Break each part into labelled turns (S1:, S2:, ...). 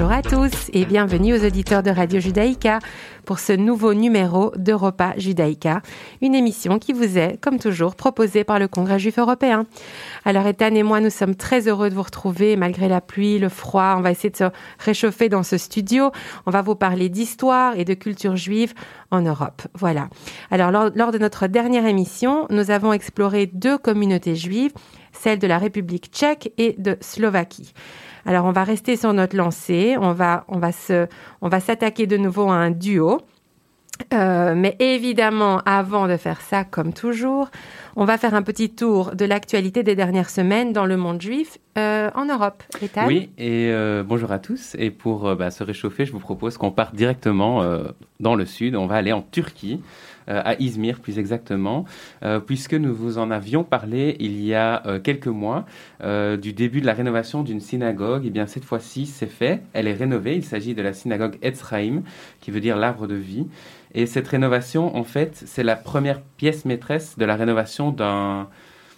S1: Bonjour à tous et bienvenue aux auditeurs de Radio Judaïka pour ce nouveau numéro d'Europa Judaïka, une émission qui vous est, comme toujours, proposée par le Congrès juif européen. Alors Ethan et moi, nous sommes très heureux de vous retrouver malgré la pluie, le froid. On va essayer de se réchauffer dans ce studio. On va vous parler d'histoire et de culture juive en Europe. Voilà. Alors lors de notre dernière émission, nous avons exploré 2 communautés juives, celle de la République tchèque et de Slovaquie. Alors, on va rester sur notre lancée. On va s'attaquer de nouveau à un duo. Mais évidemment, avant de faire ça, comme toujours, on va faire un petit tour de l'actualité des dernières semaines dans le monde juif en Europe. Ethan ?
S2: Oui, et bonjour à tous. Et pour se réchauffer, je vous propose qu'on parte directement dans le sud. On va aller en Turquie. À Izmir plus exactement, puisque nous vous en avions parlé il y a quelques mois du début de la rénovation d'une synagogue. Et bien cette fois-ci c'est fait, elle est rénovée, il s'agit de la synagogue Etzraïm, qui veut dire l'arbre de vie. Et cette rénovation, en fait, c'est la première pièce maîtresse de la rénovation d'un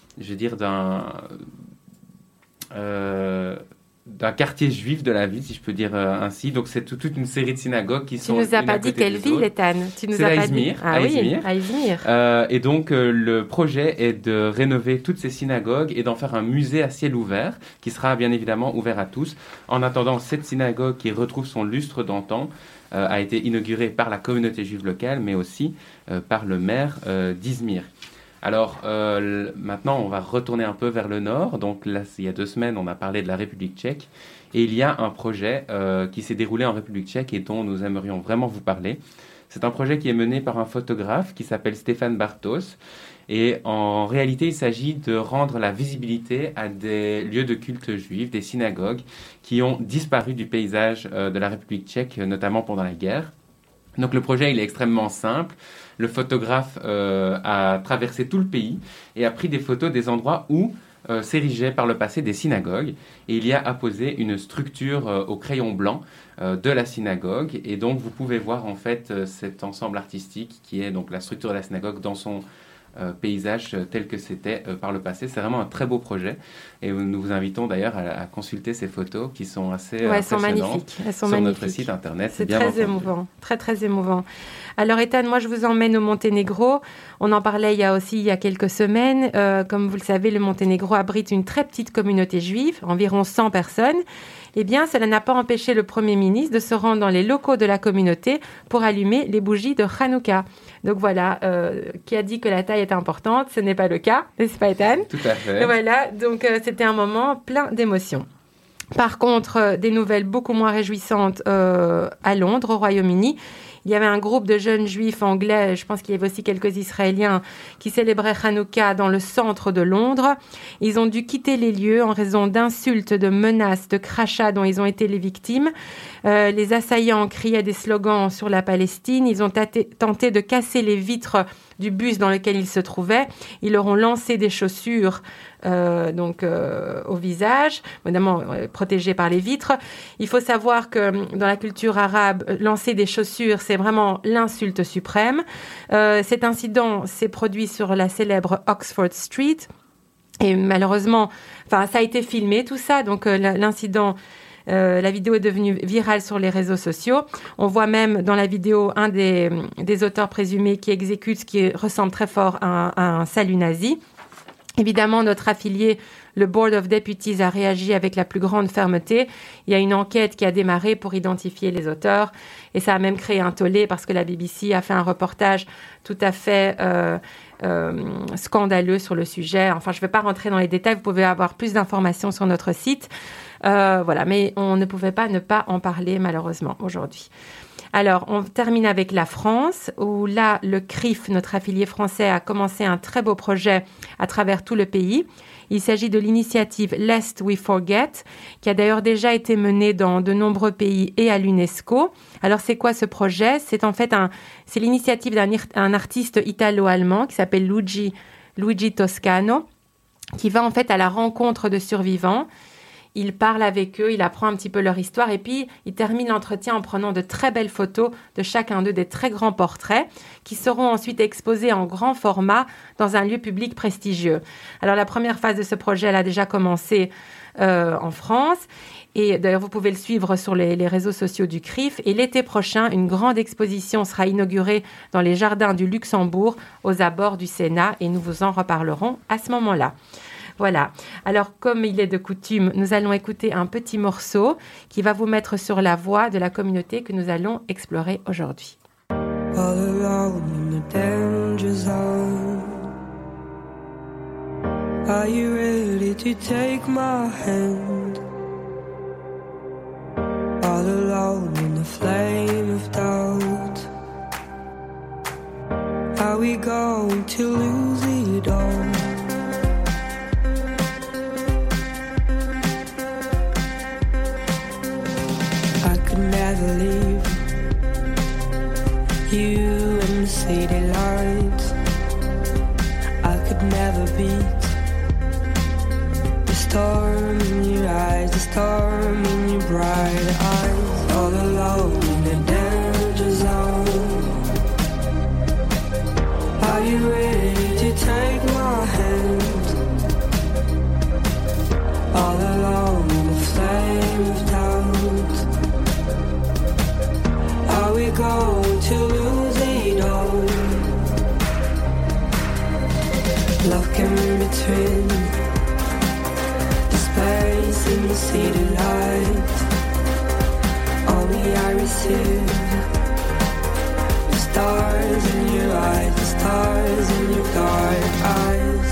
S2: quartier juif de la ville, si je peux dire ainsi. Donc, c'est toute une série de synagogues qui sont...
S1: Tu nous as pas dit quelle ville, Ethan ?
S2: C'est à Izmir.
S1: Ah oui, à Izmir.
S2: Et donc, le projet est de rénover toutes ces synagogues et d'en faire un musée à ciel ouvert, qui sera bien évidemment ouvert à tous. En attendant, cette synagogue qui retrouve son lustre d'antan a été inaugurée par la communauté juive locale, mais aussi par le maire d'Izmir. Alors, maintenant, on va retourner un peu vers le nord. Donc là, il y a 2 semaines, on a parlé de la République tchèque. Et il y a un projet qui s'est déroulé en République tchèque et dont nous aimerions vraiment vous parler. C'est un projet qui est mené par un photographe qui s'appelle Stéphane Bartos. Et en réalité, il s'agit de rendre la visibilité à des lieux de culte juifs, des synagogues, qui ont disparu du paysage de la République tchèque, notamment pendant la guerre. Donc le projet, il est extrêmement simple. Le photographe a traversé tout le pays et a pris des photos des endroits où s'érigeaient par le passé des synagogues. Et il y a apposé une structure au crayon blanc de la synagogue. Et donc vous pouvez voir en fait cet ensemble artistique qui est donc la structure de la synagogue dans son paysage tel que c'était par le passé. C'est vraiment un très beau projet et nous vous invitons d'ailleurs à consulter ces photos qui sont assez impressionnantes.
S1: Elles sont
S2: sur
S1: magnifiques.
S2: Notre site internet.
S1: C'est très émouvant, très très émouvant. Alors Ethan, moi je vous emmène au Monténégro. On en parlait il y a quelques semaines. Comme vous le savez, le Monténégro abrite une très petite communauté juive, environ 100 personnes. Eh bien, cela n'a pas empêché le Premier ministre de se rendre dans les locaux de la communauté pour allumer les bougies de Hanouka. Donc voilà, qui a dit que la taille est importante, ce n'est pas le cas, n'est-ce pas Ethan ?
S2: Tout à fait.
S1: Voilà, donc c'était un moment plein d'émotions. Par contre, des nouvelles beaucoup moins réjouissantes à Londres, au Royaume-Uni. Il y avait un groupe de jeunes juifs anglais, je pense qu'il y avait aussi quelques Israéliens, qui célébraient Hanouka dans le centre de Londres. Ils ont dû quitter les lieux en raison d'insultes, de menaces, de crachats dont ils ont été les victimes. Les assaillants criaient des slogans sur la Palestine. Ils ont tenté de casser les vitres du bus dans lequel ils se trouvaient. Ils leur ont lancé des chaussures au visage, évidemment protégées par les vitres. Il faut savoir que dans la culture arabe, lancer des chaussures, c'est vraiment l'insulte suprême. Cet incident s'est produit sur la célèbre Oxford Street. Et malheureusement, ça a été filmé tout ça, donc l'incident... la vidéo est devenue virale sur les réseaux sociaux. On voit même dans la vidéo un des auteurs présumés qui exécute ce qui ressemble très fort à un salut nazi. Évidemment, notre affilié, le Board of Deputies, a réagi avec la plus grande fermeté. Il y a une enquête qui a démarré pour identifier les auteurs et ça a même créé un tollé parce que la BBC a fait un reportage tout à fait scandaleux sur le sujet. Enfin, je ne vais pas rentrer dans les détails, vous pouvez avoir plus d'informations sur notre site. Voilà, mais on ne pouvait pas ne pas en parler malheureusement aujourd'hui. Alors, on termine avec la France, où là, le CRIF, notre affilié français, a commencé un très beau projet à travers tout le pays. Il s'agit de l'initiative Lest We Forget, qui a d'ailleurs déjà été menée dans de nombreux pays et à l'UNESCO. Alors, c'est quoi ce projet ? C'est en fait c'est l'initiative d'un artiste italo-allemand qui s'appelle Luigi Toscano, qui va en fait à la rencontre de survivants. Il parle avec eux, il apprend un petit peu leur histoire et puis il termine l'entretien en prenant de très belles photos de chacun d'eux, des très grands portraits qui seront ensuite exposés en grand format dans un lieu public prestigieux. Alors la première phase de ce projet, elle a déjà commencé en France et d'ailleurs vous pouvez le suivre sur les réseaux sociaux du CRIF et l'été prochain, une grande exposition sera inaugurée dans les jardins du Luxembourg aux abords du Sénat et nous vous en reparlerons à ce moment-là. Voilà. Alors, comme il est de coutume, nous allons écouter un petit morceau qui va vous mettre sur la voie de la communauté que nous allons explorer aujourd'hui. All alone in the danger zone. Are you ready to take my hand? All alone in the flame of doubt. Are we going to lose it all? Never leave you in the city lights. I could never beat the storm in your eyes, the storm in your bright eyes. All alone in the danger zone. Are you ready to take my hand? All alone in the flame of doubt. Are we going to lose it all? Love came in between the space in the city light. Only I receive the stars in your eyes, the stars in your dark eyes.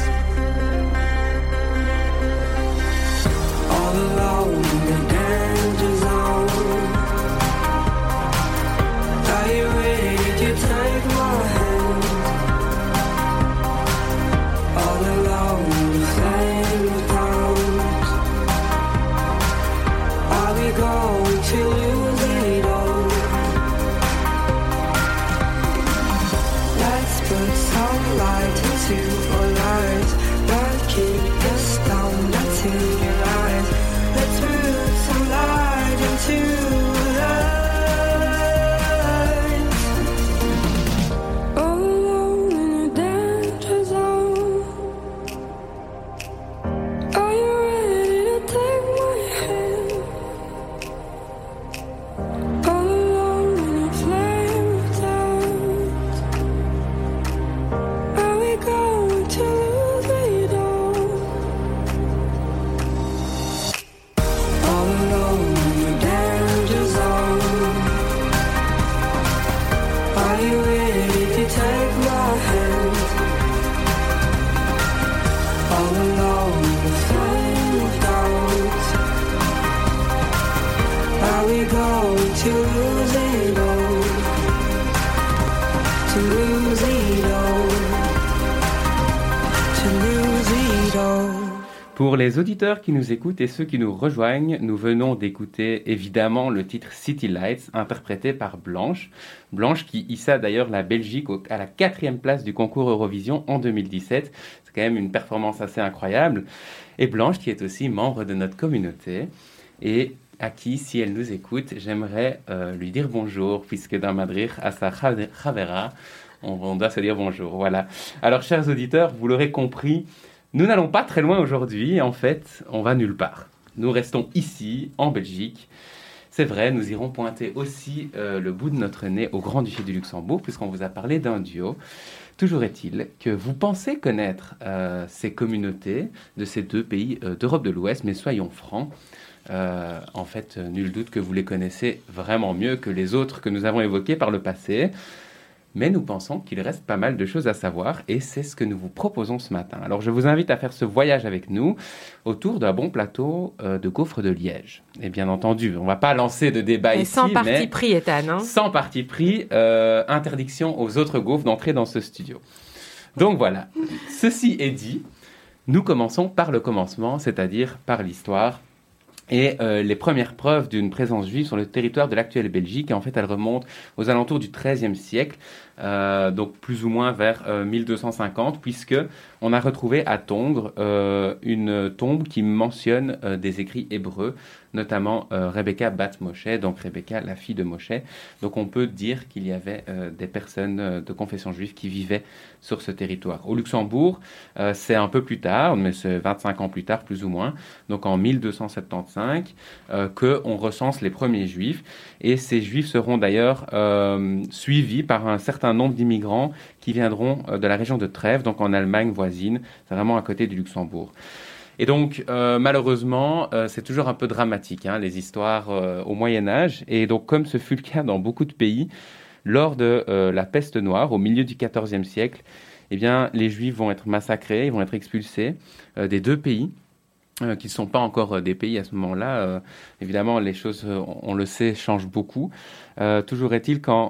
S1: All alone in the danger zone. Are you ready to take my hand? All alone in the flame of doubt. Are we going to lose it all? Let's put some light into our lives. Don't keep us down, that's in your eyes. Let's put some light into
S2: Pour les auditeurs qui nous écoutent et ceux qui nous rejoignent, nous venons d'écouter évidemment le titre City Lights, interprété par Blanche. Blanche qui hissa d'ailleurs la Belgique à la 4e place du concours Eurovision en 2017. C'est quand même une performance assez incroyable. Et Blanche qui est aussi membre de notre communauté et à qui, si elle nous écoute, j'aimerais lui dire bonjour, puisque dans Madrid, à sa Javera, on doit se dire bonjour. Voilà. Alors, chers auditeurs, vous l'aurez compris, nous n'allons pas très loin aujourd'hui. En fait, on va nulle part. Nous restons ici, en Belgique. C'est vrai, nous irons pointer aussi le bout de notre nez au Grand-Duché du Luxembourg, puisqu'on vous a parlé d'un duo. Toujours est-il que vous pensez connaître ces communautés de ces deux pays d'Europe de l'Ouest, mais soyons francs, en fait, nul doute que vous les connaissez vraiment mieux que les autres que nous avons évoqués par le passé. Mais nous pensons qu'il reste pas mal de choses à savoir et c'est ce que nous vous proposons ce matin. Alors je vous invite à faire ce voyage avec nous autour d'un bon plateau de gaufres de Liège. Et bien entendu, on ne va pas lancer de débat ici,
S1: sans parti pris, Ethan. Hein,
S2: sans parti pris, interdiction aux autres gaufres d'entrer dans ce studio. Donc voilà, ceci est dit, nous commençons par le commencement, c'est-à-dire par l'histoire. Et les premières preuves d'une présence juive sur le territoire de l'actuelle Belgique, en fait, elles remontent aux alentours du XIIIe siècle, donc plus ou moins vers 1250, puisque on a retrouvé à Tongres une tombe qui mentionne des écrits hébreux, notamment Rebecca Bat Moshe, donc Rebecca, la fille de Moshe. Donc on peut dire qu'il y avait des personnes de confession juive qui vivaient sur ce territoire. Au Luxembourg, c'est un peu plus tard, mais c'est 25 ans plus tard, plus ou moins, donc en 1275, qu'on recense les premiers juifs. Et ces juifs seront d'ailleurs suivis par un certain nombre d'immigrants qui viendront de la région de Trèves, donc en Allemagne voisine, c'est vraiment à côté du Luxembourg. Et donc, malheureusement, c'est toujours un peu dramatique, hein, les histoires au Moyen-Âge. Et donc, comme ce fut le cas dans beaucoup de pays, lors de la peste noire, au milieu du XIVe siècle, eh bien, les Juifs vont être massacrés, ils vont être expulsés des deux pays, qui ne sont pas encore des pays à ce moment-là. Évidemment, les choses, on le sait, changent beaucoup. Toujours est-il qu'en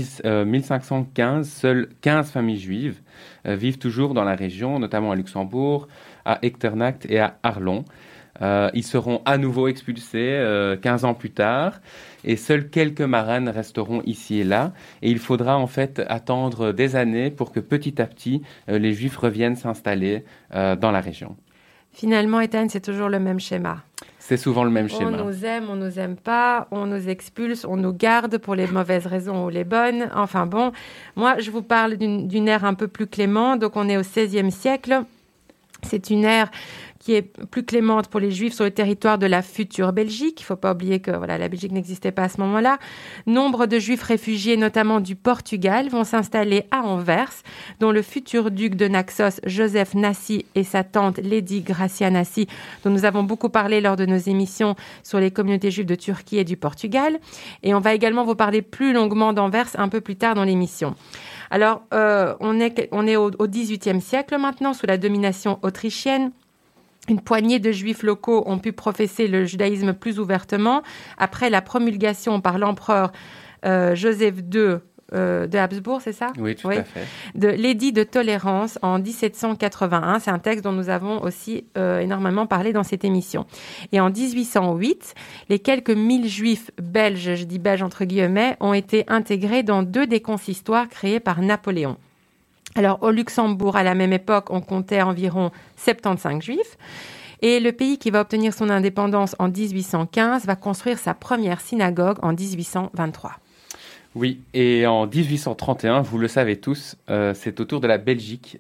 S2: 1515, seules 15 familles juives vivent toujours dans la région, notamment à Luxembourg, à Echternach et à Arlon. Ils seront à nouveau expulsés 15 ans plus tard, et seuls quelques marraines resteront ici et là. Et il faudra en fait attendre des années pour que petit à petit, les Juifs reviennent s'installer dans la région.
S1: Finalement, Ethan, c'est toujours le même schéma.
S2: C'est souvent le même schéma.
S1: On nous aime pas, on nous expulse, on nous garde pour les mauvaises raisons ou les bonnes. Enfin bon, moi, je vous parle d'une ère un peu plus clémente. Donc, on est au XVIe siècle. C'est une ère qui est plus clémente pour les Juifs sur le territoire de la future Belgique. Il ne faut pas oublier que la Belgique n'existait pas à ce moment-là. Nombre de Juifs réfugiés, notamment du Portugal, vont s'installer à Anvers, dont le futur duc de Naxos, Joseph Nassi, et sa tante Lady Gracia Nassi, dont nous avons beaucoup parlé lors de nos émissions sur les communautés juives de Turquie et du Portugal. Et on va également vous parler plus longuement d'Anvers un peu plus tard dans l'émission. Alors, on est au XVIIIe siècle maintenant, sous la domination autrichienne. Une poignée de juifs locaux ont pu professer le judaïsme plus ouvertement après la promulgation par l'empereur Joseph II de Habsbourg, c'est ça ?
S2: Oui, tout à fait.
S1: De l'édit de tolérance en 1781. C'est un texte dont nous avons aussi énormément parlé dans cette émission. Et en 1808, les quelques 1000 juifs belges, je dis belges entre guillemets, ont été intégrés dans 2 des consistoires créés par Napoléon. Alors, au Luxembourg, à la même époque, on comptait environ 75 juifs. Et le pays qui va obtenir son indépendance en 1815 va construire sa première synagogue en 1823.
S2: Oui, et en 1831, vous le savez tous, c'est au tour de la Belgique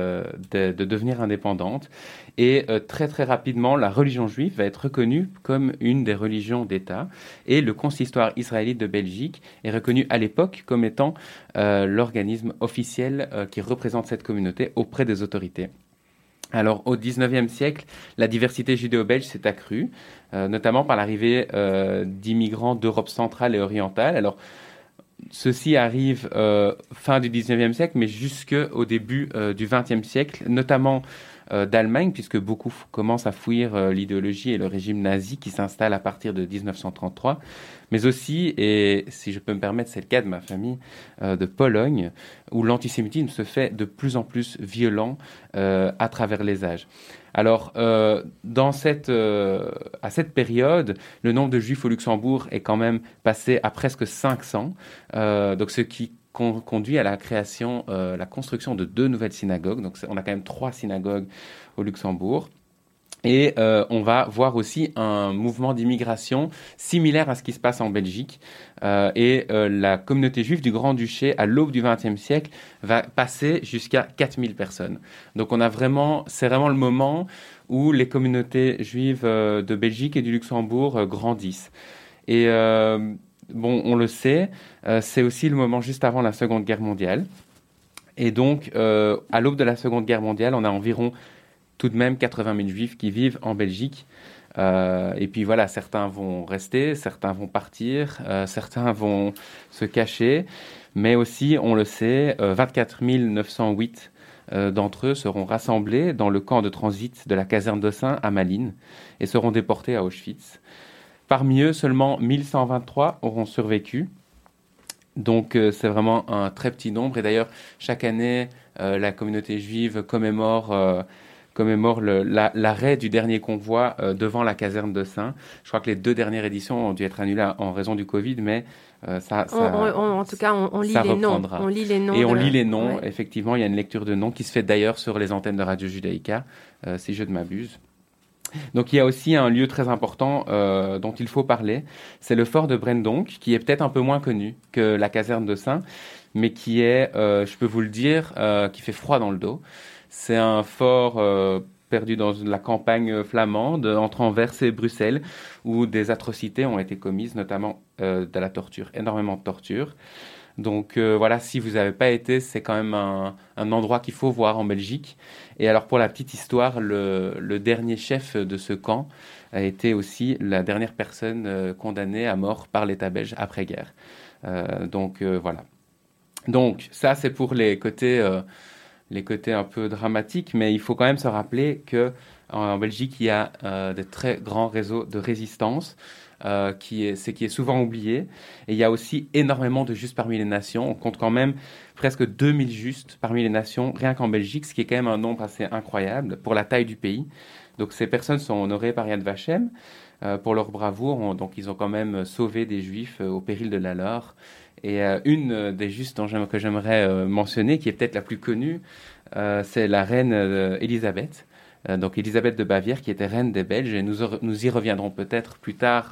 S2: de devenir indépendante. Et très très rapidement, la religion juive va être reconnue comme une des religions d'État. Et le consistoire israélite de Belgique est reconnu à l'époque comme étant l'organisme officiel qui représente cette communauté auprès des autorités. Alors, au XIXe siècle, la diversité judéo-belge s'est accrue, notamment par l'arrivée d'immigrants d'Europe centrale et orientale. Alors, ceci arrive fin du XIXe siècle, mais jusqu'au début du XXe siècle, notamment d'Allemagne, puisque beaucoup commencent à fuir l'idéologie et le régime nazi qui s'installe à partir de 1933, mais aussi, et si je peux me permettre, c'est le cas de ma famille, de Pologne, où l'antisémitisme se fait de plus en plus violent à travers les âges. Alors, à cette période, le nombre de juifs au Luxembourg est quand même passé à presque 500, donc ce qui conduit à la création, la construction de 2 nouvelles synagogues. Donc, on a quand même 3 synagogues au Luxembourg. Et on va voir aussi un mouvement d'immigration similaire à ce qui se passe en Belgique. La communauté juive du Grand-Duché, à l'aube du XXe siècle, va passer jusqu'à 4000 personnes. Donc c'est vraiment le moment où les communautés juives de Belgique et du Luxembourg grandissent. Et on le sait, c'est aussi le moment juste avant la Seconde Guerre mondiale. Et donc, à l'aube de la Seconde Guerre mondiale, on a environ tout de même 80 000 juifs qui vivent en Belgique. Et puis voilà, certains vont rester, certains vont partir, certains vont se cacher. Mais aussi, on le sait, 24 908 d'entre eux seront rassemblés dans le camp de transit de la caserne d'Ossing à Malines et seront déportés à Auschwitz. Parmi eux, seulement 1123 auront survécu. Donc, c'est vraiment un très petit nombre. Et d'ailleurs, chaque année, la communauté juive commémore commémore l'arrêt du dernier convoi devant la caserne de Saints. Je crois que les 2 dernières éditions ont dû être annulées en raison du Covid, mais
S1: en tout cas, on lit les noms. On lit les noms.
S2: Et on lit les noms. Ouais. Effectivement, il y a une lecture de noms qui se fait d'ailleurs sur les antennes de Radio Judaïka, si je ne m'abuse. Donc il y a aussi un lieu très important dont il faut parler, c'est le fort de Brendonck, qui est peut-être un peu moins connu que la caserne de Saints, mais qui est, je peux vous le dire, qui fait froid dans le dos. C'est un fort perdu dans la campagne flamande, entre Anvers et Bruxelles, où des atrocités ont été commises, notamment de la torture, énormément de torture. Donc voilà, si vous n'avez pas été, c'est quand même un endroit qu'il faut voir en Belgique. Et alors pour la petite histoire, le dernier chef de ce camp a été aussi la dernière personne condamnée à mort par l'État belge après-guerre. Donc voilà. Donc ça c'est pour les côtés un peu dramatiques, mais il faut quand même se rappeler qu'en Belgique il y a des très grands réseaux de résistance. Qui est souvent oublié. Et il y a aussi énormément de justes parmi les nations. On compte quand même presque 2000 justes parmi les nations, rien qu'en Belgique, ce qui est quand même un nombre assez incroyable pour la taille du pays. Donc ces personnes sont honorées par Yad Vashem pour leur bravoure. Donc ils ont quand même sauvé des juifs au péril de la leur. Et une des justes que j'aimerais mentionner, qui est peut-être la plus connue, c'est la reine Élisabeth. Donc Élisabeth de Bavière, qui était reine des Belges, et nous y reviendrons peut-être plus tard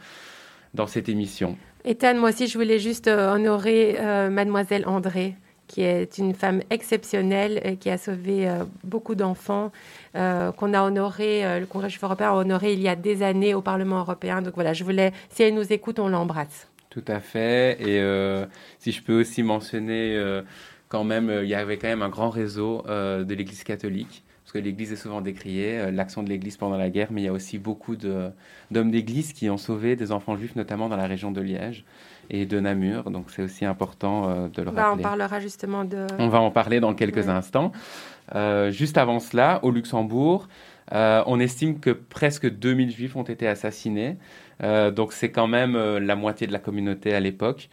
S2: dans cette émission.
S1: Ethan, moi aussi, je voulais juste honorer Mademoiselle André, qui est une femme exceptionnelle et qui a sauvé beaucoup d'enfants, qu'on a honoré, le Congrès juif européen a honoré il y a des années au Parlement européen. Donc voilà, si elle nous écoute, on l'embrasse.
S2: Tout à fait. Et si je peux aussi mentionner quand même, il y avait quand même un grand réseau de l'Église catholique. Parce que l'Église est souvent décriée, l'action de l'Église pendant la guerre, mais il y a aussi beaucoup d'hommes d'Église qui ont sauvé des enfants juifs, notamment dans la région de Liège et de Namur. Donc c'est aussi important de le rappeler.
S1: On parlera justement
S2: On va en parler dans quelques instants. Juste avant cela, au Luxembourg, on estime que presque 2000 juifs ont été assassinés. Donc c'est quand même la moitié de la communauté à l'époque.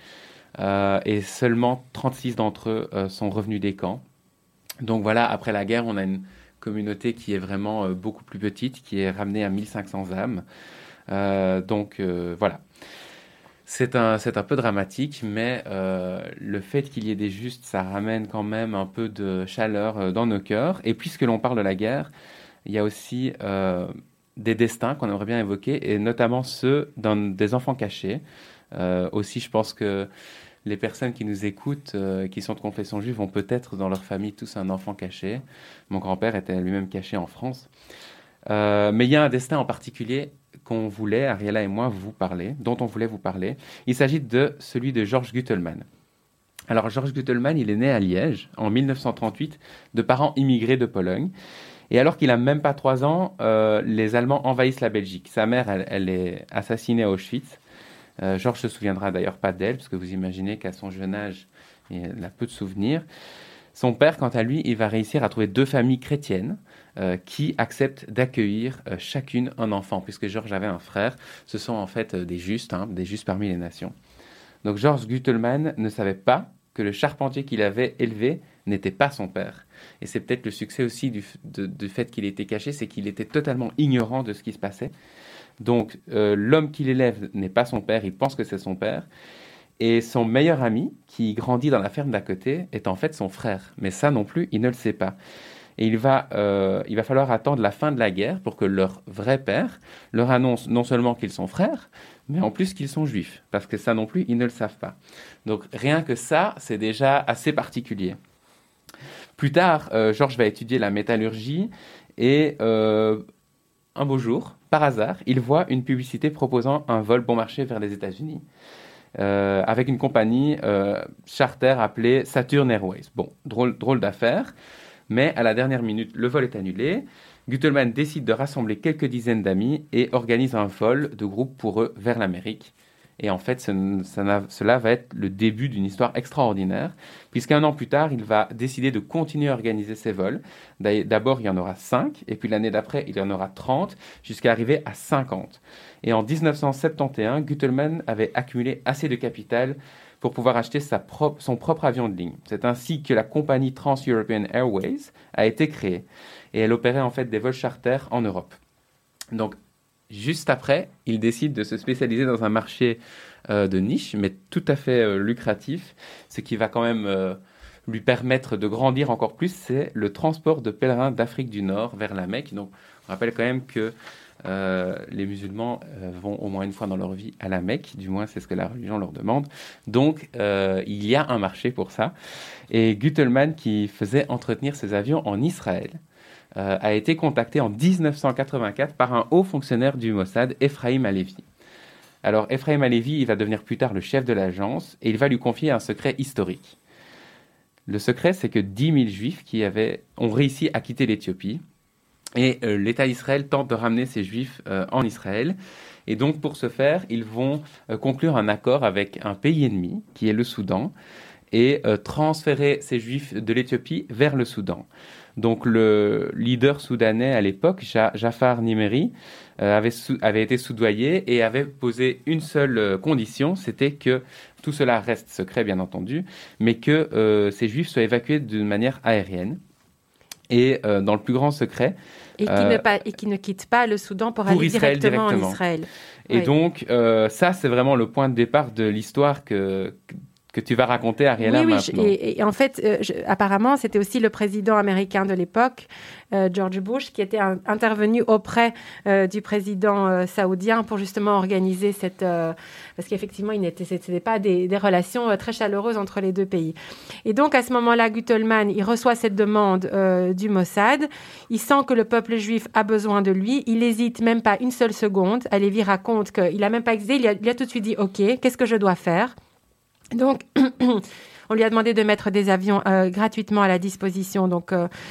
S2: Et seulement 36 d'entre eux sont revenus des camps. Donc voilà, après la guerre, on a une communauté qui est vraiment beaucoup plus petite, qui est ramenée à 1500 âmes. Donc voilà. C'est un peu dramatique, mais le fait qu'il y ait des justes, ça ramène quand même un peu de chaleur dans nos cœurs. Et puisque l'on parle de la guerre, il y a aussi des destins qu'on aimerait bien évoquer, et notamment ceux des enfants cachés. Aussi, je pense que les personnes qui nous écoutent, qui sont de confession juive, ont peut-être dans leur famille tous un enfant caché. Mon grand-père était lui-même caché en France. Mais il y a un destin en particulier qu'on voulait, Ariella et moi, dont on voulait vous parler. Il s'agit de celui de Georges Gutelman. Alors, Georges Gutelman, il est né à Liège en 1938 de parents immigrés de Pologne. Et alors qu'il n'a même pas 3 ans, les Allemands envahissent la Belgique. Sa mère, elle est assassinée à Auschwitz. Georges se souviendra d'ailleurs pas d'elle, parce que vous imaginez qu'à son jeune âge, il a peu de souvenirs. Son père, quant à lui, il va réussir à trouver 2 familles chrétiennes qui acceptent d'accueillir chacune un enfant, puisque Georges avait un frère. Ce sont en fait des justes parmi les nations. Donc Georges Gutelman ne savait pas que le charpentier qu'il avait élevé n'était pas son père. Et c'est peut-être le succès aussi du fait qu'il était caché, c'est qu'il était totalement ignorant de ce qui se passait. Donc, l'homme qu'il élève n'est pas son père, il pense que c'est son père. Et son meilleur ami, qui grandit dans la ferme d'à côté, est en fait son frère. Mais ça non plus, il ne le sait pas. Et il va falloir attendre la fin de la guerre pour que leur vrai père leur annonce non seulement qu'ils sont frères, mais en plus qu'ils sont juifs. Parce que ça non plus, ils ne le savent pas. Donc, rien que ça, c'est déjà assez particulier. Plus tard, Georges va étudier la métallurgie et un beau jour, par hasard, il voit une publicité proposant un vol bon marché vers les États-Unis avec une compagnie charter appelée Saturn Airways. Bon, drôle d'affaire, mais à la dernière minute, le vol est annulé. Gutelman décide de rassembler quelques dizaines d'amis et organise un vol de groupe pour eux vers l'Amérique. Et en fait, cela va être le début d'une histoire extraordinaire, puisqu'un an plus tard, il va décider de continuer à organiser ses vols. D'abord, il y en aura 5, et puis l'année d'après, il y en aura 30, jusqu'à arriver à 50. Et en 1971, Gütelmann avait accumulé assez de capital pour pouvoir acheter son propre avion de ligne. C'est ainsi que la compagnie Trans-European Airways a été créée. Et elle opérait en fait des vols charters en Europe. Donc, juste après, il décide de se spécialiser dans un marché de niche, mais tout à fait lucratif, ce qui va quand même lui permettre de grandir encore plus, c'est le transport de pèlerins d'Afrique du Nord vers la Mecque. Donc, on rappelle quand même que les musulmans vont au moins une fois dans leur vie à la Mecque, du moins c'est ce que la religion leur demande. Donc, il y a un marché pour ça. Et Gütelmann, qui faisait entretenir ses avions en Israël, a été contacté en 1984 par un haut fonctionnaire du Mossad, Ephraim Halevi. Alors, Ephraim Halevi, il va devenir plus tard le chef de l'agence et il va lui confier un secret historique. Le secret, c'est que 10 000 Juifs ont réussi à quitter l'Éthiopie et l'État d'Israël tente de ramener ces Juifs en Israël. Et donc, pour ce faire, ils vont conclure un accord avec un pays ennemi, qui est le Soudan, et transférer ces Juifs de l'Éthiopie vers le Soudan. Donc le leader soudanais à l'époque, Jafar Nimeri, avait été soudoyé et avait posé une seule condition, c'était que tout cela reste secret bien entendu, mais que ces Juifs soient évacués d'une manière aérienne. Et dans le plus grand secret...
S1: Et qui ne quittent pas le Soudan pour aller directement en Israël.
S2: Et donc ça, c'est vraiment le point de départ de l'histoire que tu vas raconter, Ariella, maintenant.
S1: Oui, et en fait, apparemment, c'était aussi le président américain de l'époque, George Bush, qui était intervenu auprès du président saoudien pour justement organiser cette... parce qu'effectivement, c'était pas des relations très chaleureuses entre les deux pays. Et donc, à ce moment-là, Gütelmann, il reçoit cette demande du Mossad. Il sent que le peuple juif a besoin de lui. Il n'hésite même pas une seule seconde. Halevi raconte qu'il n'a même pas hésité. Il a tout de suite dit « OK, qu'est-ce que je dois faire ?» Donc, on lui a demandé de mettre des avions gratuitement à la disposition donc,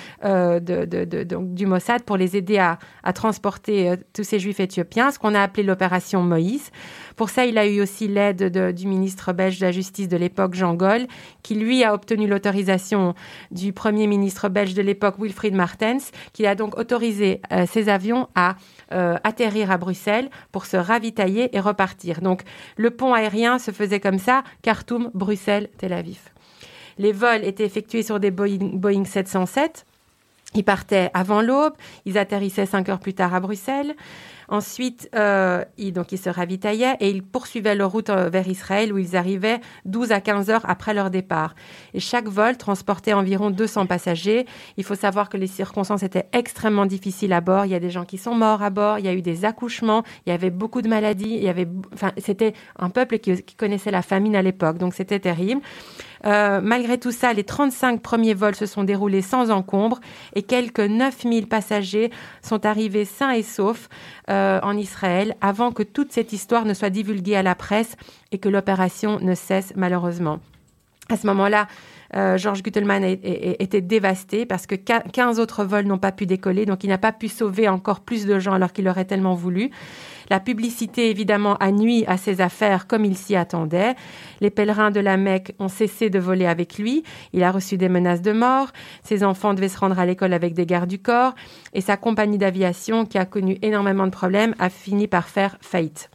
S1: du Mossad pour les aider à transporter tous ces Juifs éthiopiens, ce qu'on a appelé l'opération Moïse. Pour ça, il a eu aussi l'aide du ministre belge de la Justice de l'époque, Jean Gol, qui lui a obtenu l'autorisation du premier ministre belge de l'époque, Wilfried Martens, qui a donc autorisé ces avions à atterrir à Bruxelles pour se ravitailler et repartir. Donc, le pont aérien se faisait comme ça, Khartoum, Bruxelles, Tel Aviv. Les vols étaient effectués sur des Boeing 707. Ils partaient avant l'aube, ils atterrissaient 5 heures plus tard à Bruxelles. Ensuite, ils se ravitaillaient et ils poursuivaient leur route vers Israël où ils arrivaient 12 à 15 heures après leur départ. Et chaque vol transportait environ 200 passagers. Il faut savoir que les circonstances étaient extrêmement difficiles à bord. Il y a des gens qui sont morts à bord, il y a eu des accouchements, il y avait beaucoup de maladies. C'était un peuple qui connaissait la famine à l'époque, donc c'était terrible. Malgré tout ça, les 35 premiers vols se sont déroulés sans encombre et quelques 9000 passagers sont arrivés sains et saufs en Israël avant que toute cette histoire ne soit divulguée à la presse et que l'opération ne cesse malheureusement. À ce moment-là, George Gütelmann était dévasté parce que 15 autres vols n'ont pas pu décoller, donc il n'a pas pu sauver encore plus de gens alors qu'il aurait tellement voulu. La publicité, évidemment, a nui à ses affaires comme il s'y attendait. Les pèlerins de la Mecque ont cessé de voler avec lui. Il a reçu des menaces de mort. Ses enfants devaient se rendre à l'école avec des gardes du corps. Et sa compagnie d'aviation, qui a connu énormément de problèmes, a fini par faire faillite.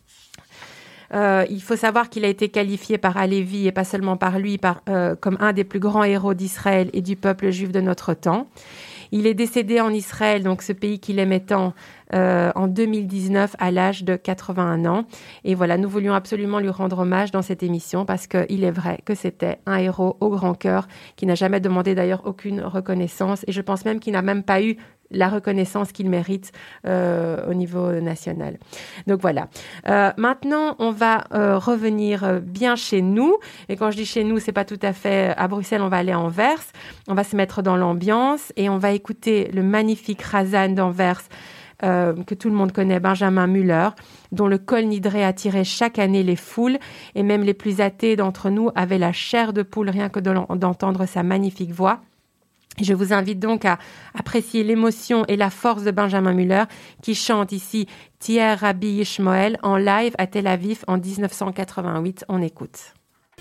S1: Il faut savoir qu'il a été qualifié par Halevi, et pas seulement par lui, comme un des plus grands héros d'Israël et du peuple juif de notre temps. Il est décédé en Israël, donc ce pays qu'il aimait tant, en 2019 à l'âge de 81 ans. Et voilà, nous voulions absolument lui rendre hommage dans cette émission parce qu'il est vrai que c'était un héros au grand cœur qui n'a jamais demandé d'ailleurs aucune reconnaissance et je pense même qu'il n'a même pas eu la reconnaissance qu'il mérite au niveau national. Donc voilà. Maintenant, on va revenir bien chez nous. Et quand je dis chez nous, c'est pas tout à fait à Bruxelles, on va aller à Anvers. On va se mettre dans l'ambiance et on va écouter le magnifique Razan d'Anvers que tout le monde connaît, Benjamin Müller, dont le Kol Nidre attirait chaque année les foules et même les plus athées d'entre nous avaient la chair de poule rien que d'entendre sa magnifique voix. Je vous invite donc à apprécier l'émotion et la force de Benjamin Müller qui chante ici Tier Rabbi Yishmael en live à Tel Aviv en 1988. On écoute.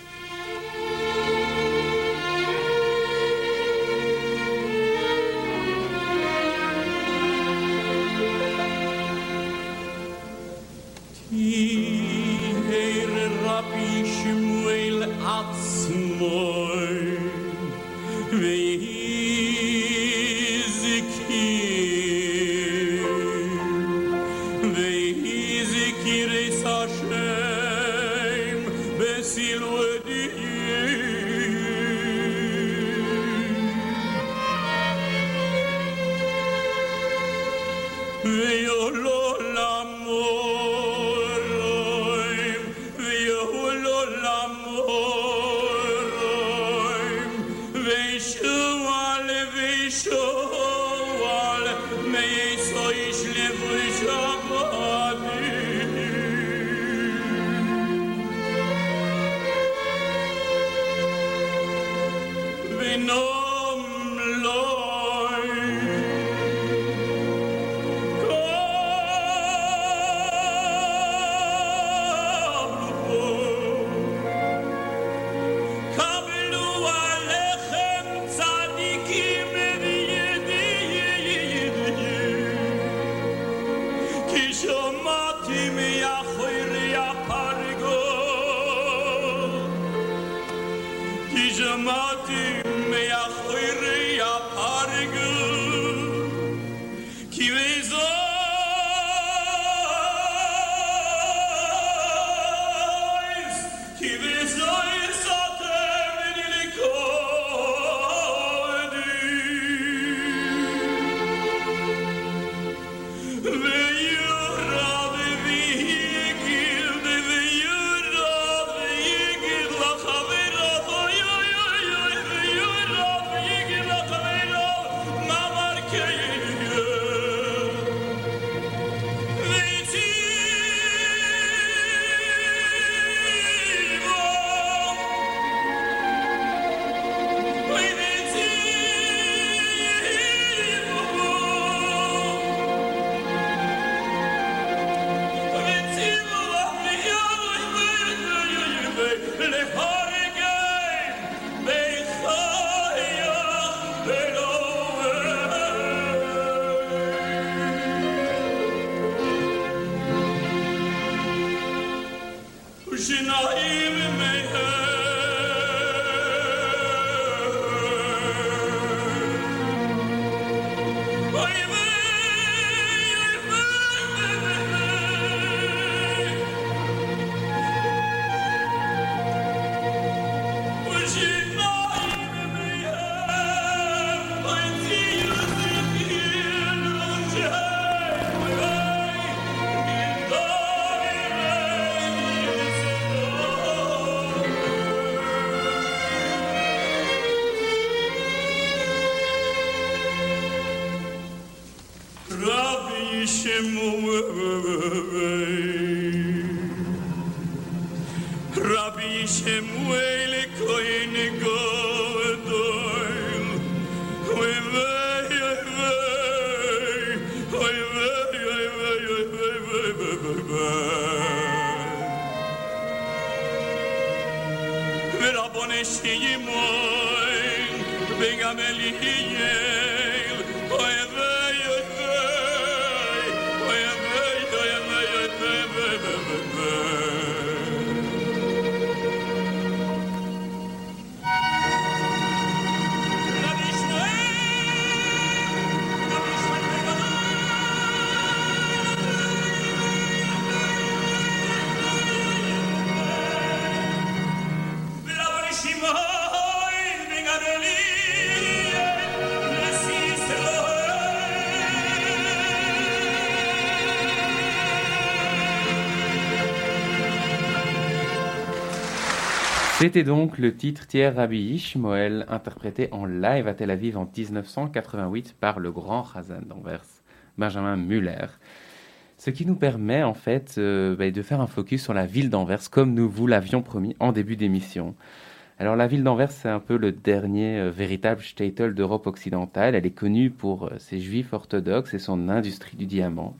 S3: Rabbi Shmuel Atzmoy Ve'izikir es Hashem Besilvedi Ve'yolo l'amoroim Ve'yolo l'amoroim Ve'shual Ve'shual Me'esoish le'v'shabadi Ve'nom lo'im Rabbi Shemuel Kohen Gadol Oy vey oy vey oy vey oy vey oy vey Rabbone Shimoin Ben Gamaliel oy vey oy vey oy vey oy vey
S2: C'était donc le titre Tier Rabbi Yishmael, interprété en live à Tel Aviv en 1988 par le grand Chazan d'Anvers, Benjamin Müller. Ce qui nous permet en fait de faire un focus sur la ville d'Anvers, comme nous vous l'avions promis en début d'émission. Alors la ville d'Anvers, c'est un peu le dernier véritable shtetl d'Europe occidentale. Elle est connue pour ses juifs orthodoxes et son industrie du diamant.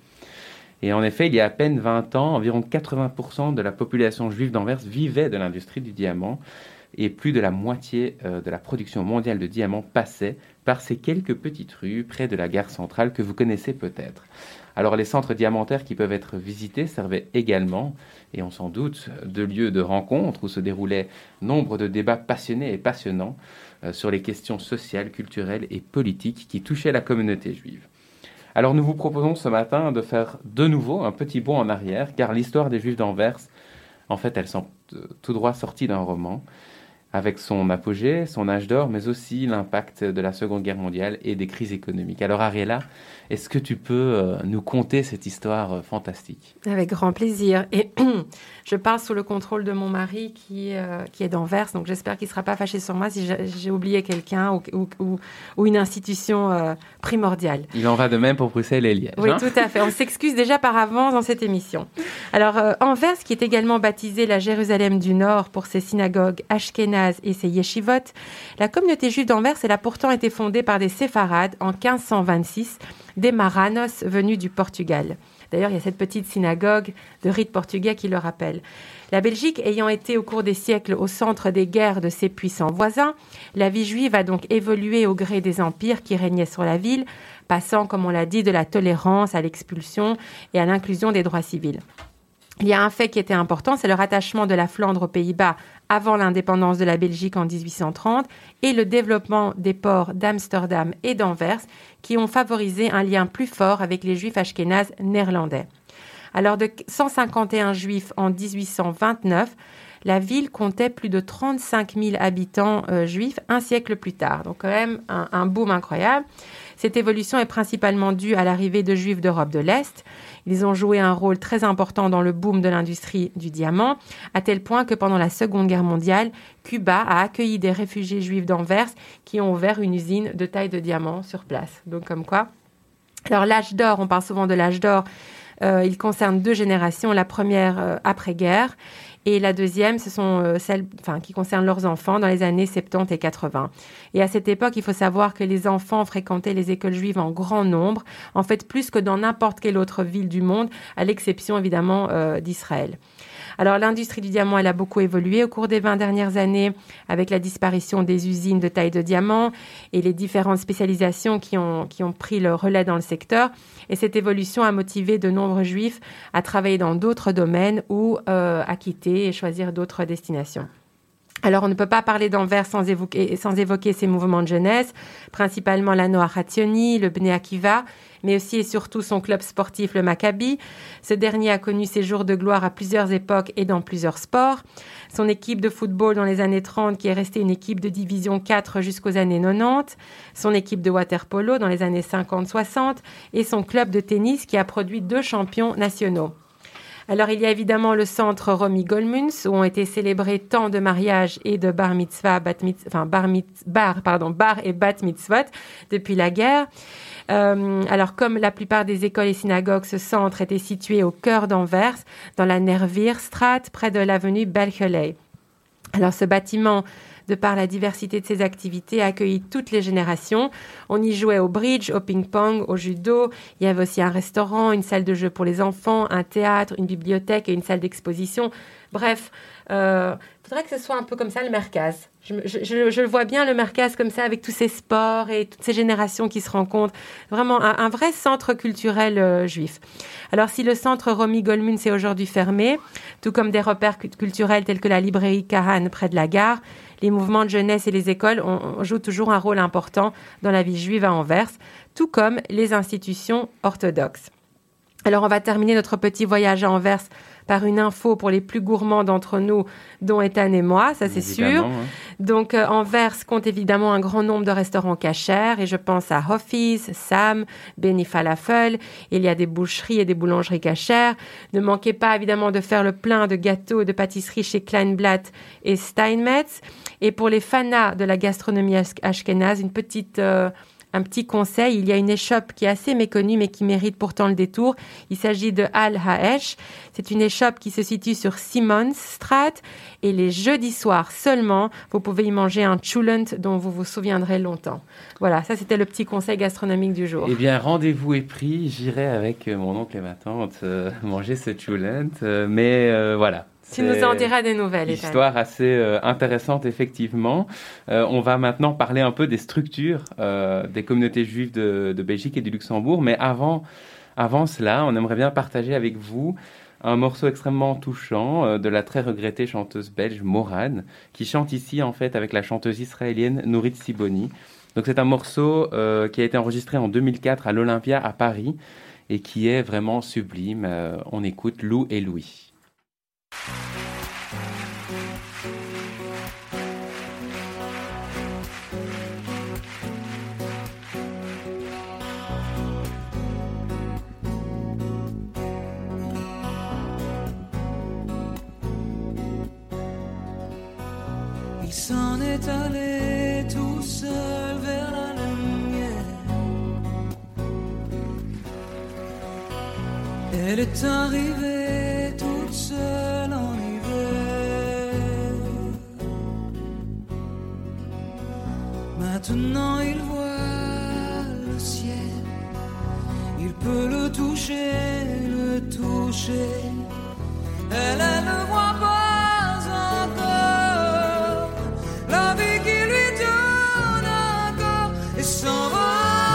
S2: Et en effet, il y a à peine 20 ans, environ 80% de la population juive d'Anvers vivait de l'industrie du diamant. Et plus de la moitié de la production mondiale de diamants passait par ces quelques petites rues près de la gare centrale que vous connaissez peut-être. Alors les centres diamantaires qui peuvent être visités servaient également, et on s'en doute, de lieux de rencontre où se déroulaient nombre de débats passionnés et passionnants sur les questions sociales, culturelles et politiques qui touchaient la communauté juive. Alors nous vous proposons ce matin de faire de nouveau un petit bond en arrière, car l'histoire des Juifs d'Anvers, en fait, elle semble tout droit sortie d'un roman, avec son apogée, son âge d'or, mais aussi l'impact de la Seconde Guerre mondiale et des crises économiques. Alors Ariella, est-ce que tu peux nous conter cette histoire fantastique ?
S1: Avec grand plaisir. Et je parle sous le contrôle de mon mari qui est d'Anvers, donc j'espère qu'il ne sera pas fâché sur moi si j'ai oublié quelqu'un ou une institution primordiale.
S2: Il en va de même pour Bruxelles et Liège.
S1: Oui, tout à fait. On s'excuse déjà par avance dans cette émission. Alors, Anvers, qui est également baptisée la Jérusalem du Nord pour ses synagogues ashkénazes et ses yeshivot, la communauté juive d'Anvers, elle a pourtant été fondée par des séfarades en 1526, des Marranos venus du Portugal. D'ailleurs, il y a cette petite synagogue de rite portugais qui le rappelle. La Belgique ayant été au cours des siècles au centre des guerres de ses puissants voisins, la vie juive a donc évolué au gré des empires qui régnaient sur la ville, passant, comme on l'a dit, de la tolérance à l'expulsion et à l'inclusion des droits civils. Il y a un fait qui était important, c'est le rattachement de la Flandre aux Pays-Bas avant l'indépendance de la Belgique en 1830 et le développement des ports d'Amsterdam et d'Anvers qui ont favorisé un lien plus fort avec les juifs ashkénazes néerlandais. Alors de 151 juifs en 1829, la ville comptait plus de 35 000 habitants juifs un siècle plus tard. Donc quand même un boom incroyable. Cette évolution est principalement due à l'arrivée de juifs d'Europe de l'Est. Ils ont joué un rôle très important dans le boom de l'industrie du diamant, à tel point que pendant la Seconde Guerre mondiale, Cuba a accueilli des réfugiés juifs d'Anvers qui ont ouvert une usine de taille de diamant sur place. Donc comme quoi. Alors l'âge d'or, on parle souvent de l'âge d'or, il concerne 2 générations. La première après-guerre et la deuxième, ce sont celles qui concernent leurs enfants dans les années 70 et 80. Et à cette époque, il faut savoir que les enfants fréquentaient les écoles juives en grand nombre, en fait plus que dans n'importe quelle autre ville du monde, à l'exception évidemment d'Israël. Alors l'industrie du diamant, elle a beaucoup évolué au cours des 20 dernières années avec la disparition des usines de taille de diamant et les différentes spécialisations qui ont pris le relais dans le secteur. Et cette évolution a motivé de nombreux juifs à travailler dans d'autres domaines ou à quitter et choisir d'autres destinations. Alors, on ne peut pas parler d'Anvers sans évoquer ces mouvements de jeunesse, principalement la Noach Hatzioni, le Bnei Akiva, mais aussi et surtout son club sportif, le Maccabi. Ce dernier a connu ses jours de gloire à plusieurs époques et dans plusieurs sports. Son équipe de football dans les années 30, qui est restée une équipe de division 4 jusqu'aux années 90. Son équipe de water-polo dans les années 50-60. Et son club de tennis qui a produit 2 champions nationaux. Alors, il y a évidemment le centre Romy Golmunds, où ont été célébrés tant de mariages et de bar et bat mitzvot depuis la guerre. Alors, comme la plupart des écoles et synagogues, ce centre était situé au cœur d'Anvers, dans la Nervierstraat, près de l'avenue Belgeley. Alors, ce bâtiment, de par la diversité de ses activités, a accueilli toutes les générations. On y jouait au bridge, au ping-pong, au judo. Il y avait aussi un restaurant, une salle de jeu pour les enfants, un théâtre, une bibliothèque et une salle d'exposition. Bref, faudrait que ce soit un peu comme ça le Merkaz. Je le vois bien, le Merkaz, comme ça, avec tous ces sports et toutes ces générations qui se rencontrent. Vraiment un vrai centre culturel juif. Alors, si le centre Romy Golmunds est aujourd'hui fermé, tout comme des repères culturels tels que la librairie Kahan près de la gare, les mouvements de jeunesse et les écoles jouent toujours un rôle important dans la vie juive à Anvers, tout comme les institutions orthodoxes. Alors, on va terminer notre petit voyage à Anvers par une info pour les plus gourmands d'entre nous, dont Ethan et moi, ça c'est sûr.
S2: Hein.
S1: Donc, Anvers compte évidemment un grand nombre de restaurants cachers, et je pense à Hoffi's, Sam, Benny Falafel. Il y a des boucheries et des boulangeries cachères. Ne manquez pas évidemment de faire le plein de gâteaux et de pâtisseries chez Kleinblatt et Steinmetz. Et pour les fanas de la gastronomie ashkénaze, une petite un petit conseil, il y a une échoppe qui est assez méconnue mais qui mérite pourtant le détour. Il s'agit de Al Haesh. C'est une échoppe qui se situe sur Simonsstraat et les jeudis soirs seulement, vous pouvez y manger un chulent dont vous vous souviendrez longtemps. Voilà, ça c'était le petit conseil gastronomique du jour.
S2: Eh bien, rendez-vous est pris. J'irai avec mon oncle et ma tante manger ce chulent. Voilà.
S1: Tu nous en diras des nouvelles, Ethan.
S2: Histoire assez intéressante, effectivement. On va maintenant parler un peu des structures des communautés juives de Belgique et du Luxembourg. Mais avant cela, on aimerait bien partager avec vous un morceau extrêmement touchant de la très regrettée chanteuse belge Morane, qui chante ici, en fait, avec la chanteuse israélienne Nourit Siboni. Donc, c'est un morceau qui a été enregistré en 2004 à l'Olympia à Paris et qui est vraiment sublime. On écoute Lou et Louis.
S4: Il s'en est allé tout seul vers la lumière. Elle est arrivée toute seule en hiver. Maintenant il voit le ciel. Il peut le toucher. Elle ne voit pas encore la vie qui lui donne encore et s'en va.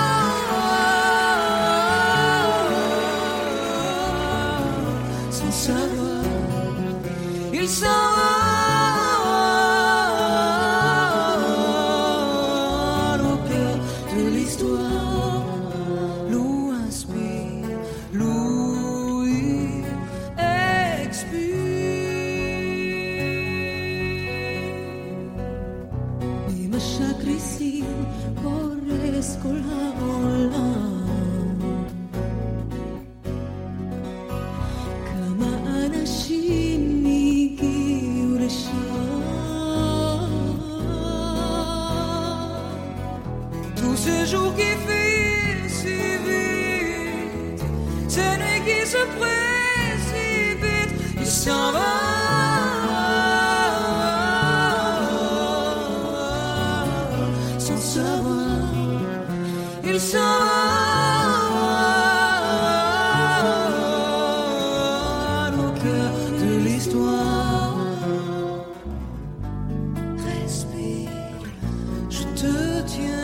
S4: Sans savoir, il s'en va au cœur de l'histoire. Lou inspire, Louis expire. Imashak risi corres con la ola. Ce jour qui file si vite, ces nuits qui se précipitent, il s'en va. Sans savoir, il s'en va au cœur de l'histoire. Respire, je te tiens.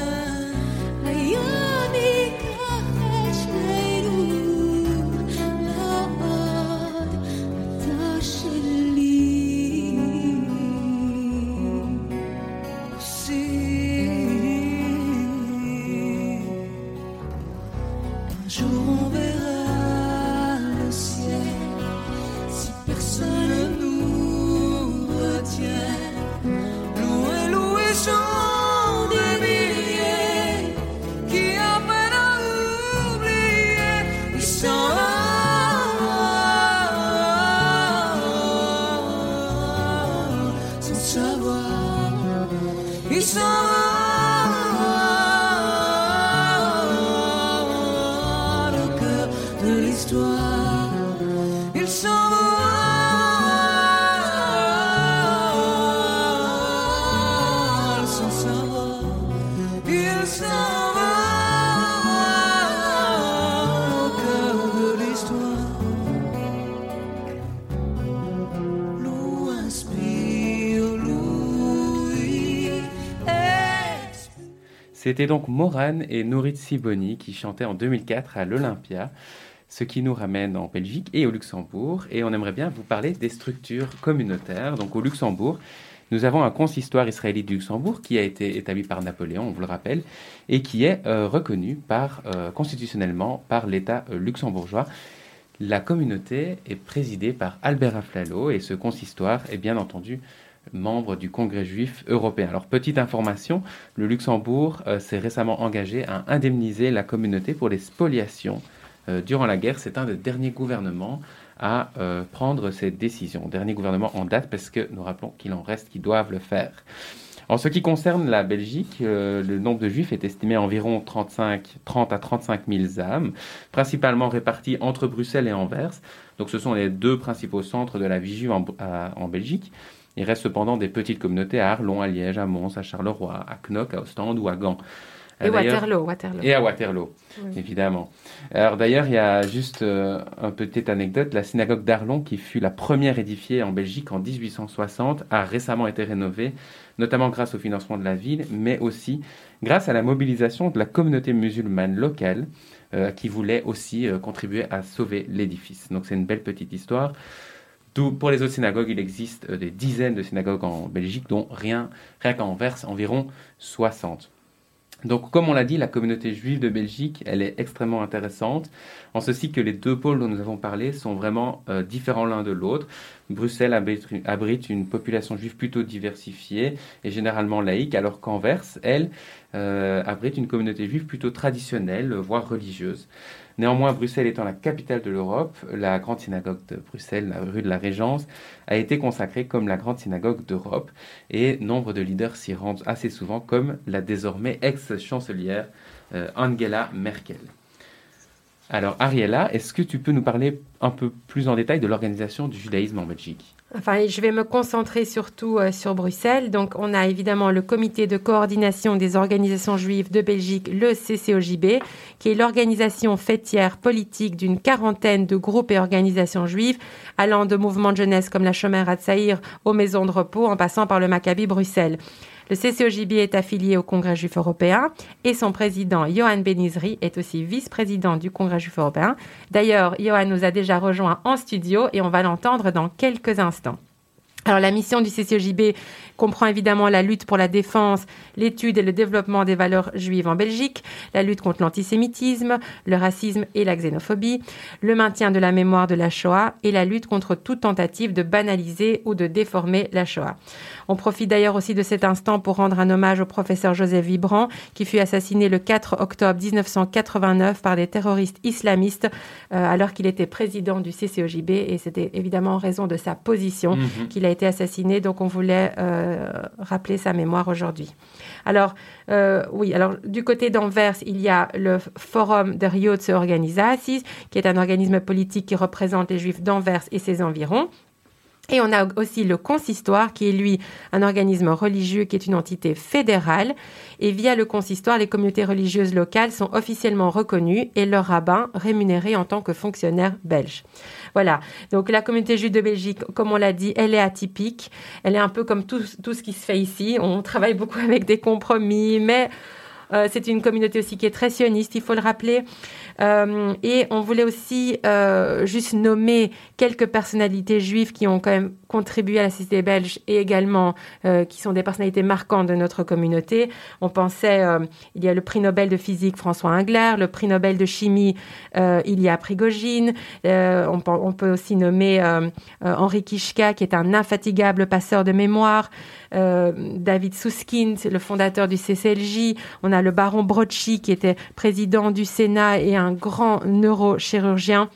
S4: Il s'en va au cœur de l'histoire. Il s'en va sans savoir. Il s'en va au cœur de l'histoire. Lou inspire,
S2: C'était donc Morane et Nourit Siboni qui chantaient en 2004 à l'Olympia, ce qui nous ramène en Belgique et au Luxembourg. Et on aimerait bien vous parler des structures communautaires. Donc au Luxembourg, nous avons un consistoire israélite du Luxembourg qui a été établi par Napoléon, on vous le rappelle, et qui est reconnu constitutionnellement par l'État luxembourgeois. La communauté est présidée par Albert Aflalo et ce consistoire est bien entendu membre du Congrès juif européen. Alors, petite information, le Luxembourg s'est récemment engagé à indemniser la communauté pour les spoliations durant la guerre. C'est un des derniers gouvernements à prendre cette décision. Dernier gouvernement en date parce que nous rappelons qu'il en reste qui doivent le faire. En ce qui concerne la Belgique, le nombre de Juifs est estimé à environ 30 à 35 000 âmes, principalement répartis entre Bruxelles et Anvers. Donc ce sont les deux principaux centres de la vie juive en Belgique. Il reste cependant des petites communautés à Arlon, à Liège, à Mons, à Charleroi, à Knock, à Ostende ou à Gand.
S1: Et Waterloo.
S2: Et à Waterloo, oui. Évidemment. Alors d'ailleurs, il y a juste une petite anecdote. La synagogue d'Arlon, qui fut la première édifiée en Belgique en 1860, a récemment été rénovée, notamment grâce au financement de la ville, mais aussi grâce à la mobilisation de la communauté musulmane locale, qui voulait aussi contribuer à sauver l'édifice. Donc c'est une belle petite histoire. Pour les autres synagogues, il existe des dizaines de synagogues en Belgique, dont rien qu'en Anvers, environ 60. Donc, comme on l'a dit, la communauté juive de Belgique, elle est extrêmement intéressante, en ceci que les deux pôles dont nous avons parlé sont vraiment différents l'un de l'autre. Bruxelles abrite une population juive plutôt diversifiée et généralement laïque, alors qu'Anvers, elle, abrite une communauté juive plutôt traditionnelle, voire religieuse. Néanmoins, Bruxelles étant la capitale de l'Europe, la grande synagogue de Bruxelles, la rue de la Régence, a été consacrée comme la grande synagogue d'Europe et nombre de leaders s'y rendent assez souvent, comme la désormais ex-chancelière Angela Merkel. Alors Ariella, est-ce que tu peux nous parler un peu plus en détail de l'organisation du judaïsme en Belgique ?
S1: Enfin, je vais me concentrer surtout sur Bruxelles. Donc, on a évidemment le comité de coordination des organisations juives de Belgique, le CCOJB, qui est l'organisation fêtière politique d'une quarantaine de groupes et organisations juives, allant de mouvements de jeunesse comme la Shomer Hatzaïr aux maisons de repos, en passant par le Maccabi Bruxelles. Le CCOJB est affilié au Congrès juif européen et son président, Johan Benizri, est aussi vice-président du Congrès juif européen. D'ailleurs, Johan nous a déjà rejoint en studio et on va l'entendre dans quelques instants. Alors, la mission du CCOJB comprend évidemment la lutte pour la défense, l'étude et le développement des valeurs juives en Belgique, la lutte contre l'antisémitisme, le racisme et la xénophobie, le maintien de la mémoire de la Shoah et la lutte contre toute tentative de banaliser ou de déformer la Shoah. On profite d'ailleurs aussi de cet instant pour rendre un hommage au professeur Joseph Vibrant, qui fut assassiné le 4 octobre 1989 par des terroristes islamistes, alors qu'il était président du CCOJB, et c'était évidemment en raison de sa position qu'il a été assassiné. Donc on voulait rappeler sa mémoire aujourd'hui. Alors, du côté d'Anvers, il y a le Forum der Joodse Organisaties, qui est un organisme politique qui représente les Juifs d'Anvers et ses environs. Et on a aussi le consistoire, qui est lui un organisme religieux qui est une entité fédérale. Et via le consistoire, les communautés religieuses locales sont officiellement reconnues et leurs rabbins rémunérés en tant que fonctionnaires belges. Voilà. Donc la communauté juive de Belgique, comme on l'a dit, elle est atypique. Elle est un peu comme tout ce qui se fait ici. On travaille beaucoup avec des compromis, mais c'est une communauté aussi qui est très sioniste, il faut le rappeler. Et on voulait aussi juste nommer quelques personnalités juives qui ont quand même contribué à la société belge et également qui sont des personnalités marquantes de notre communauté. On pensait, il y a le prix Nobel de physique François Engler, le prix Nobel de chimie Ilya Prigogine. On peut aussi nommer Henri Kishka, qui est un infatigable passeur de mémoire. David Suskind, le fondateur du CCLJ. On a le baron Brocchi, qui était président du Sénat et un grand neurochirurgien.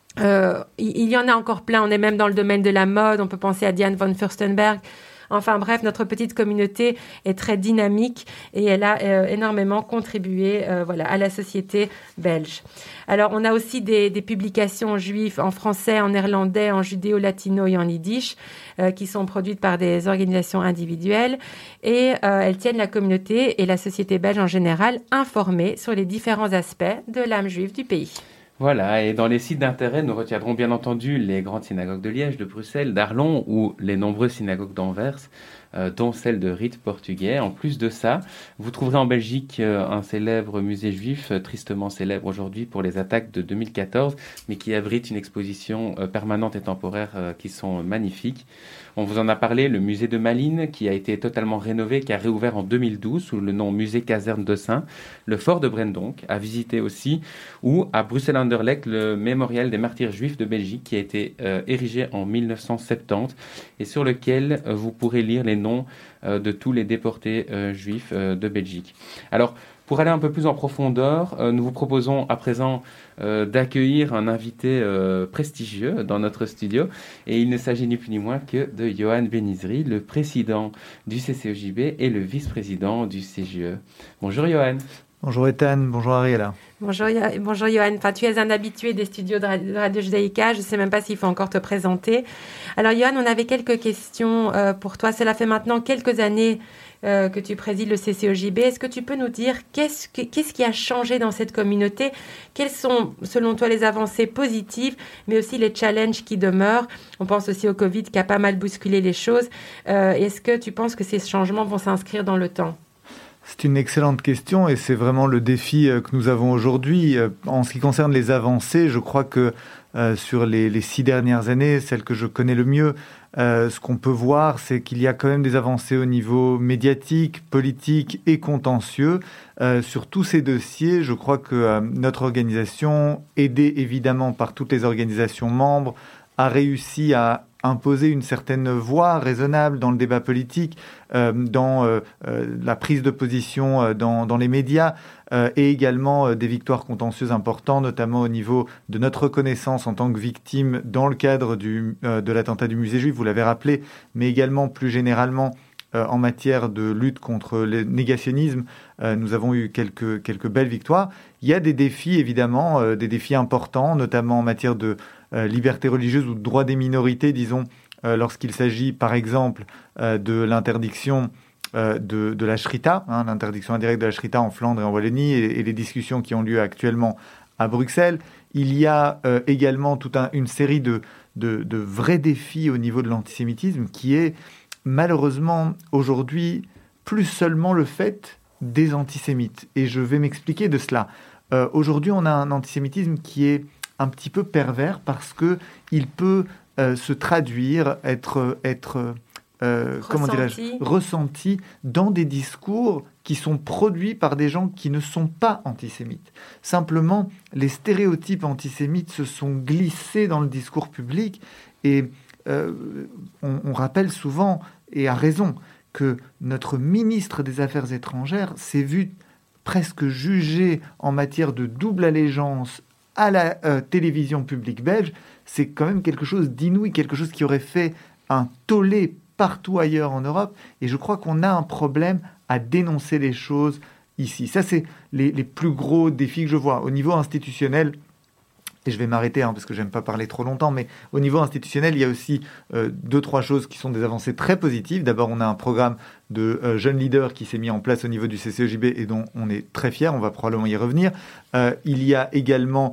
S1: Il y en a encore plein. On est même dans le domaine de la mode. On peut penser à Diane von Furstenberg. Enfin bref, notre petite communauté est très dynamique et elle a énormément contribué à la société belge. Alors, on a aussi des publications juives en français, en néerlandais, en judéo-latino et en yiddish qui sont produites par des organisations individuelles et elles tiennent la communauté et la société belge en général informées sur les différents aspects de l'âme juive du pays.
S2: Voilà, et dans les sites d'intérêt, nous retiendrons bien entendu les grandes synagogues de Liège, de Bruxelles, d'Arlon ou les nombreuses synagogues d'Anvers, dont celle de rite portugais. En plus de ça, vous trouverez en Belgique un célèbre musée juif, tristement célèbre aujourd'hui pour les attaques de 2014, mais qui abrite une exposition permanente et temporaire qui sont magnifiques. On vous en a parlé, le musée de Malines, qui a été totalement rénové, qui a réouvert en 2012 sous le nom Musée Caserne de Saint. Le fort de Brendonck, à visiter aussi, ou à Bruxelles-Anderlecht, le mémorial des martyrs juifs de Belgique, qui a été érigé en 1970 et sur lequel vous pourrez lire les noms de tous les déportés juifs de Belgique. Alors, Pour aller un peu plus en profondeur, nous vous proposons à présent d'accueillir un invité prestigieux dans notre studio. Et il ne s'agit ni plus ni moins que de Johan Benizri, le président du CCEJB et le vice-président du CGE. Bonjour Johan.
S5: Bonjour Ethan, bonjour Ariella.
S1: Bonjour Johan, enfin, tu es un habitué des studios de Radio Judaïka, je ne sais même pas s'il faut encore te présenter. Alors Johan, on avait quelques questions pour toi. Cela fait maintenant quelques années que tu présides le CCEJB. Est-ce que tu peux nous dire qu'est-ce qui a changé dans cette communauté? Quelles sont, selon toi, les avancées positives, mais aussi les challenges qui demeurent? On pense aussi au Covid qui a pas mal bousculé les choses. Est-ce que tu penses que ces changements vont s'inscrire dans le temps?
S5: C'est une excellente question et c'est vraiment le défi que nous avons aujourd'hui. En ce qui concerne les avancées, je crois que sur les 6 dernières années, celles que je connais le mieux, ce qu'on peut voir, c'est qu'il y a quand même des avancées au niveau médiatique, politique et contentieux. Sur tous ces dossiers, je crois que notre organisation, aidée évidemment par toutes les organisations membres, a réussi à imposer une certaine voix raisonnable dans le débat politique, dans la prise de position dans les médias, et également des victoires contentieuses importantes, notamment au niveau de notre reconnaissance en tant que victime dans le cadre de l'attentat du musée juif, vous l'avez rappelé, mais également plus généralement en matière de lutte contre le négationnisme. Nous avons eu quelques belles victoires. Il y a des défis, évidemment, des défis importants, notamment en matière de liberté religieuse ou de droit des minorités, disons, lorsqu'il s'agit, par exemple, de l'interdiction de la shrita, l'interdiction indirecte de la shrita en Flandre et en Wallonie, et les discussions qui ont lieu actuellement à Bruxelles. Il y a également toute une série de vrais défis au niveau de l'antisémitisme, qui est malheureusement aujourd'hui plus seulement le fait des antisémites. Et je vais m'expliquer de cela. Aujourd'hui, on a un antisémitisme qui est un petit peu pervers parce que il peut se traduire, être comment dirais-je, ressenti dans des discours qui sont produits par des gens qui ne sont pas antisémites. Simplement, les stéréotypes antisémites se sont glissés dans le discours public et on rappelle souvent, et à raison, que notre ministre des Affaires étrangères s'est vu presque jugé en matière de double allégeance à la télévision publique belge. C'est quand même quelque chose d'inouï, quelque chose qui aurait fait un tollé partout ailleurs en Europe. Et je crois qu'on a un problème à dénoncer les choses ici. Ça, c'est les plus gros défis que je vois. Au niveau institutionnel, et je vais m'arrêter parce que j'aime pas parler trop longtemps, mais au niveau institutionnel, il y a aussi 2-3 choses qui sont des avancées très positives. D'abord, on a un programme de jeunes leaders qui s'est mis en place au niveau du CCEJB et dont on est très fiers, on va probablement y revenir. Il y a également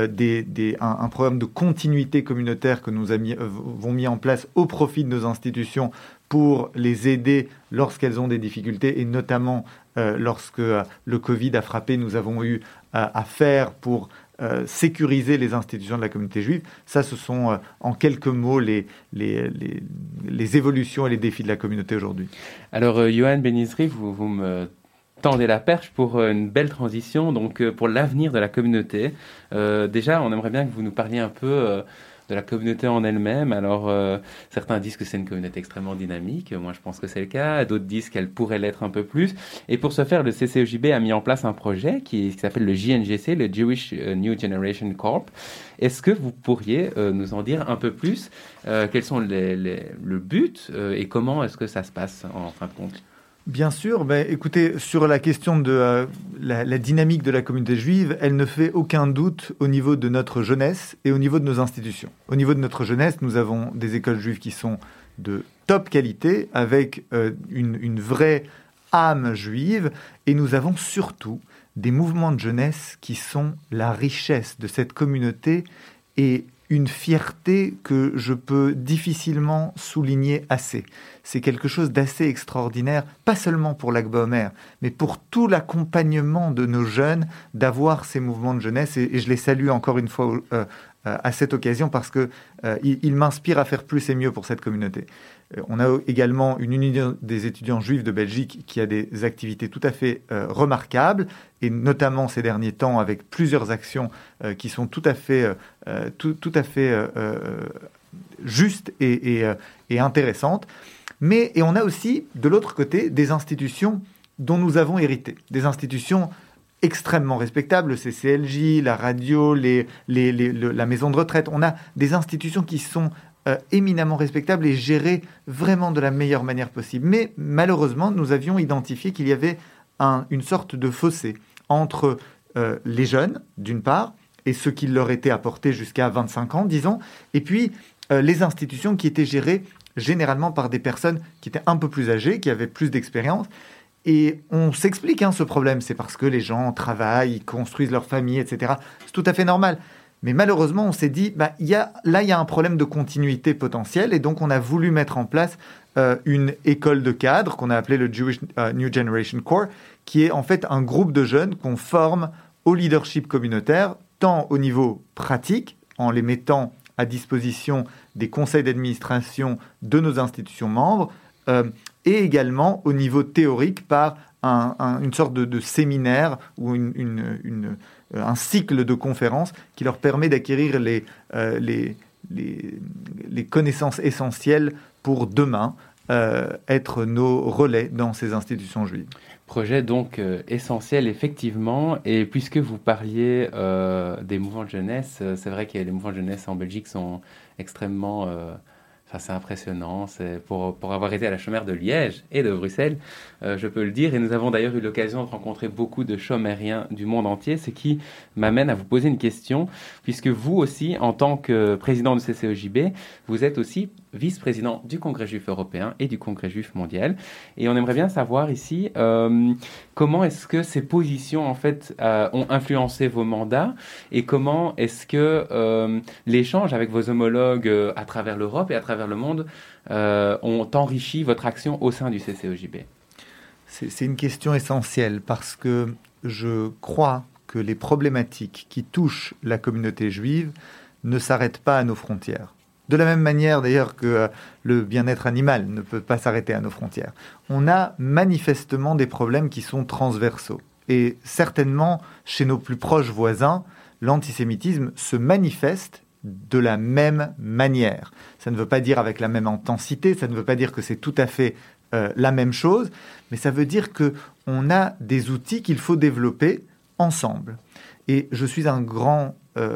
S5: un programme de continuité communautaire que nous avons mis en place au profit de nos institutions pour les aider lorsqu'elles ont des difficultés, et notamment lorsque le Covid a frappé, nous avons eu à faire pour sécuriser les institutions de la communauté juive. Ça, ce sont en quelques mots les évolutions et les défis de la communauté aujourd'hui.
S2: Alors, Johan Benizri, vous me tendez la perche pour une belle transition, donc pour l'avenir de la communauté. Déjà, on aimerait bien que vous nous parliez un peu de la communauté en elle-même. Alors, certains disent que c'est une communauté extrêmement dynamique. Moi, je pense que c'est le cas. D'autres disent qu'elle pourrait l'être un peu plus. Et pour ce faire, le CCEJB a mis en place un projet qui s'appelle le JNGC, le Jewish New Generation Corp. Est-ce que vous pourriez nous en dire un peu plus? Quels sont le but et comment est-ce que ça se passe en fin de compte?
S5: Bien sûr, écoutez, sur la question de la dynamique de la communauté juive, elle ne fait aucun doute au niveau de notre jeunesse et au niveau de nos institutions. Au niveau de notre jeunesse, nous avons des écoles juives qui sont de top qualité, avec une vraie âme juive, et nous avons surtout des mouvements de jeunesse qui sont la richesse de cette communauté et une fierté que je peux difficilement souligner assez. C'est quelque chose d'assez extraordinaire, pas seulement pour l'Akba Omer, mais pour tout l'accompagnement de nos jeunes, d'avoir ces mouvements de jeunesse. Et je les salue encore une fois à cette occasion parce qu'ils m'inspirent à faire plus et mieux pour cette communauté. On a également une union des étudiants juifs de Belgique qui a des activités tout à fait remarquables, et notamment ces derniers temps avec plusieurs actions qui sont tout à fait justes et intéressantes. Et on a aussi, de l'autre côté, des institutions dont nous avons hérité. Des institutions extrêmement respectables, le CCLJ, la radio, la maison de retraite. On a des institutions qui sont éminemment respectables et gérées vraiment de la meilleure manière possible. Mais malheureusement, nous avions identifié qu'il y avait une sorte de fossé entre les jeunes, d'une part, et ce qui leur était apporté jusqu'à 25 ans, disons, et puis les institutions qui étaient gérées généralement par des personnes qui étaient un peu plus âgées, qui avaient plus d'expérience. Et on s'explique ce problème, c'est parce que les gens travaillent, ils construisent leur famille, etc. C'est tout à fait normal. Mais malheureusement, on s'est dit, il y a un problème de continuité potentielle, et donc on a voulu mettre en place une école de cadres qu'on a appelée le Jewish New Generation Corps, qui est en fait un groupe de jeunes qu'on forme au leadership communautaire, tant au niveau pratique, en les mettant à disposition des conseils d'administration de nos institutions membres, et également au niveau théorique par une sorte de séminaire ou un cycle de conférences qui leur permet d'acquérir les connaissances essentielles pour demain être nos relais dans ces institutions juives.
S2: Projet donc essentiel effectivement, et puisque vous parliez des mouvements de jeunesse, c'est vrai que les mouvements de jeunesse en Belgique sont extrêmement... c'est impressionnant, c'est pour avoir été à la Chaumière de Liège et de Bruxelles, je peux le dire, et nous avons d'ailleurs eu l'occasion de rencontrer beaucoup de chaumériens du monde entier, ce qui m'amène à vous poser une question, puisque vous aussi, en tant que président du CCEJB, vous êtes aussi vice-président du Congrès juif européen et du Congrès juif mondial, et on aimerait bien savoir ici comment est-ce que ces positions en fait ont influencé vos mandats, et comment est-ce que l'échange avec vos homologues à travers l'Europe et à travers le monde ont enrichi votre action au sein du CCEJB.
S5: C'est une question essentielle parce que je crois que les problématiques qui touchent la communauté juive ne s'arrêtent pas à nos frontières. De la même manière d'ailleurs que le bien-être animal ne peut pas s'arrêter à nos frontières. On a manifestement des problèmes qui sont transversaux. Et certainement, chez nos plus proches voisins, l'antisémitisme se manifeste de la même manière. Ça ne veut pas dire avec la même intensité, ça ne veut pas dire que c'est tout à fait la même chose, mais ça veut dire qu'on a des outils qu'il faut développer ensemble. Et je suis un grand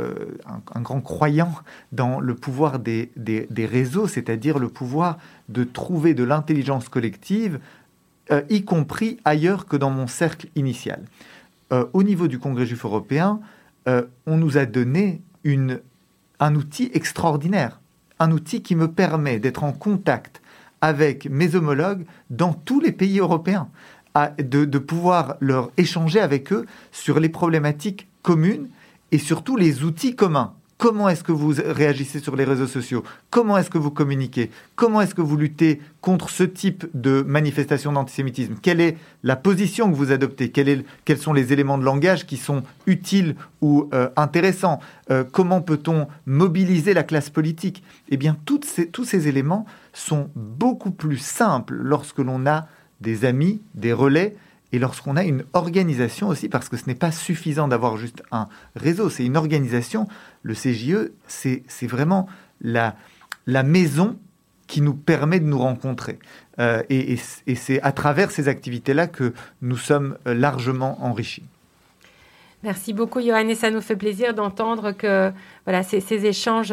S5: croyant dans le pouvoir des réseaux, c'est-à-dire le pouvoir de trouver de l'intelligence collective, y compris ailleurs que dans mon cercle initial. Au niveau du Congrès juif européen, on nous a donné un outil extraordinaire, un outil qui me permet d'être en contact avec mes homologues dans tous les pays européens, de pouvoir leur échanger avec eux sur les problématiques communes et surtout les outils communs. Comment est-ce que vous réagissez sur les réseaux sociaux? Comment est-ce que vous communiquez? Comment est-ce que vous luttez contre ce type de manifestation d'antisémitisme? Quelle est la position que vous adoptez? Quels sont les éléments de langage qui sont utiles ou intéressants? Comment peut-on mobiliser la classe politique? Eh bien, tous ces éléments sont beaucoup plus simples lorsque l'on a des amis, des relais, et lorsqu'on a une organisation aussi, parce que ce n'est pas suffisant d'avoir juste un réseau, c'est une organisation. Le CJE, c'est vraiment la maison qui nous permet de nous rencontrer. Et c'est à travers ces activités-là que nous sommes largement enrichis.
S1: Merci beaucoup, Johan, et ça nous fait plaisir d'entendre que ces échanges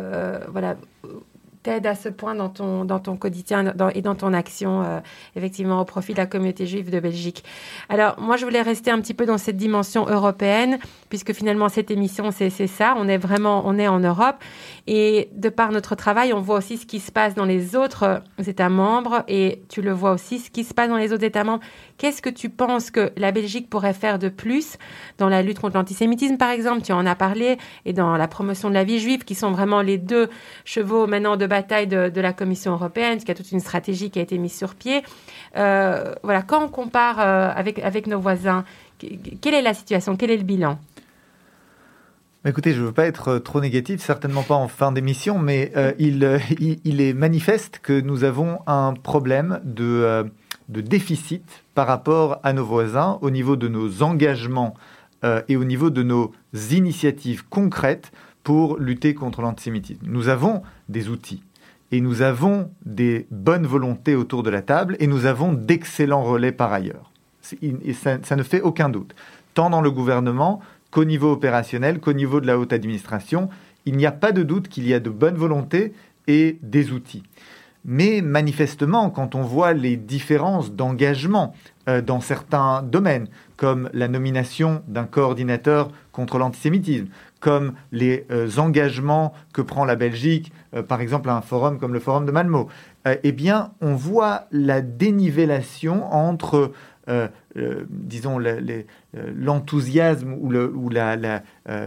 S1: t'aide à ce point dans ton quotidien et dans ton action, effectivement, au profit de la communauté juive de Belgique. Alors, moi, je voulais rester un petit peu dans cette dimension européenne, puisque finalement, cette émission, c'est ça. On est en Europe. Et de par notre travail, on voit aussi ce qui se passe dans les autres États membres. Et tu le vois aussi, ce qui se passe dans les autres États membres. Qu'est-ce que tu penses que la Belgique pourrait faire de plus dans la lutte contre l'antisémitisme, par exemple? Tu en as parlé. Et dans la promotion de la vie juive, qui sont vraiment les deux chevaux maintenant de bataille de la Commission européenne, qui a toute une stratégie qui a été mise sur pied. Quand on compare avec nos voisins, quelle est la situation? Quel est le bilan?
S5: Écoutez, je ne veux pas être trop négatif, certainement pas en fin d'émission, mais il est manifeste que nous avons un problème de déficit par rapport à nos voisins au niveau de nos engagements et au niveau de nos initiatives concrètes pour lutter contre l'antisémitisme. Nous avons des outils et nous avons des bonnes volontés autour de la table et nous avons d'excellents relais par ailleurs. Ça ne fait aucun doute. Tant dans le gouvernement qu'au niveau opérationnel, qu'au niveau de la haute administration, il n'y a pas de doute qu'il y a de bonne volonté et des outils. Mais manifestement, quand on voit les différences d'engagement dans certains domaines, comme la nomination d'un coordinateur contre l'antisémitisme, comme les engagements que prend la Belgique, par exemple à un forum comme le Forum de Malmö, eh bien, on voit la dénivellation entre disons, l'enthousiasme ou le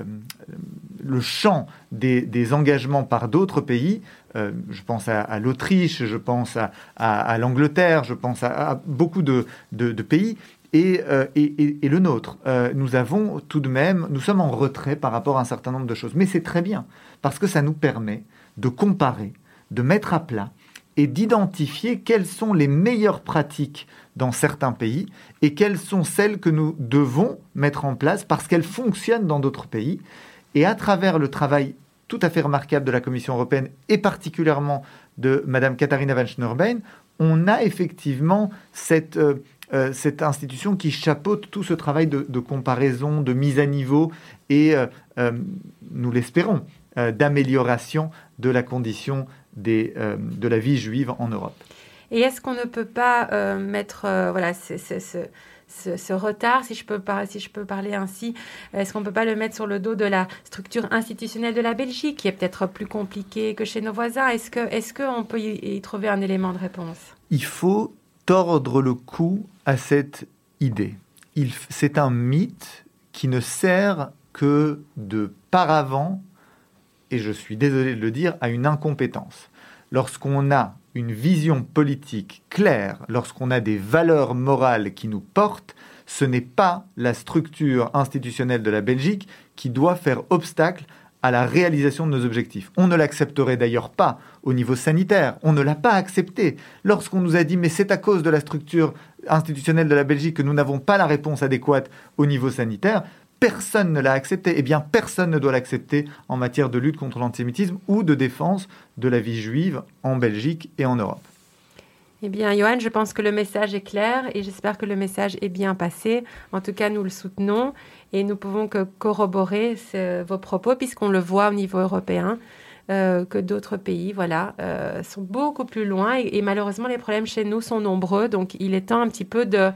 S5: champ des engagements par d'autres pays. Je pense à l'Autriche, je pense à l'Angleterre, je pense à beaucoup de pays, et le nôtre. Nous sommes en retrait par rapport à un certain nombre de choses. Mais c'est très bien, parce que ça nous permet de comparer, de mettre à plat, et d'identifier quelles sont les meilleures pratiques dans certains pays et quelles sont celles que nous devons mettre en place parce qu'elles fonctionnent dans d'autres pays. Et à travers le travail tout à fait remarquable de la Commission européenne et particulièrement de Madame Katharina van Schnurbein, on a effectivement cette institution qui chapeaute tout ce travail de comparaison, de mise à niveau et, nous l'espérons, d'amélioration de la condition de la vie juive en Europe.
S1: Et est-ce qu'on ne peut pas mettre ce retard, si je peux parler ainsi, est-ce qu'on ne peut pas le mettre sur le dos de la structure institutionnelle de la Belgique, qui est peut-être plus compliquée que chez nos voisins? Est-ce qu'on peut y trouver un élément de réponse?
S5: Il faut tordre le cou à cette idée. C'est un mythe qui ne sert que de paravent, et je suis désolé de le dire, à une incompétence. Lorsqu'on a une vision politique claire, lorsqu'on a des valeurs morales qui nous portent, ce n'est pas la structure institutionnelle de la Belgique qui doit faire obstacle à la réalisation de nos objectifs. On ne l'accepterait d'ailleurs pas au niveau sanitaire. On ne l'a pas accepté. Lorsqu'on nous a dit « mais c'est à cause de la structure institutionnelle de la Belgique que nous n'avons pas la réponse adéquate au niveau sanitaire », personne ne l'a accepté. Eh bien, personne ne doit l'accepter en matière de lutte contre l'antisémitisme ou de défense de la vie juive en Belgique et en Europe.
S1: Eh bien, Johan, je pense que le message est clair et j'espère que le message est bien passé. En tout cas, nous le soutenons et nous pouvons que corroborer vos propos puisqu'on le voit au niveau européen, que d'autres pays sont beaucoup plus loin et malheureusement, les problèmes chez nous sont nombreux. Donc, il est temps un petit peu de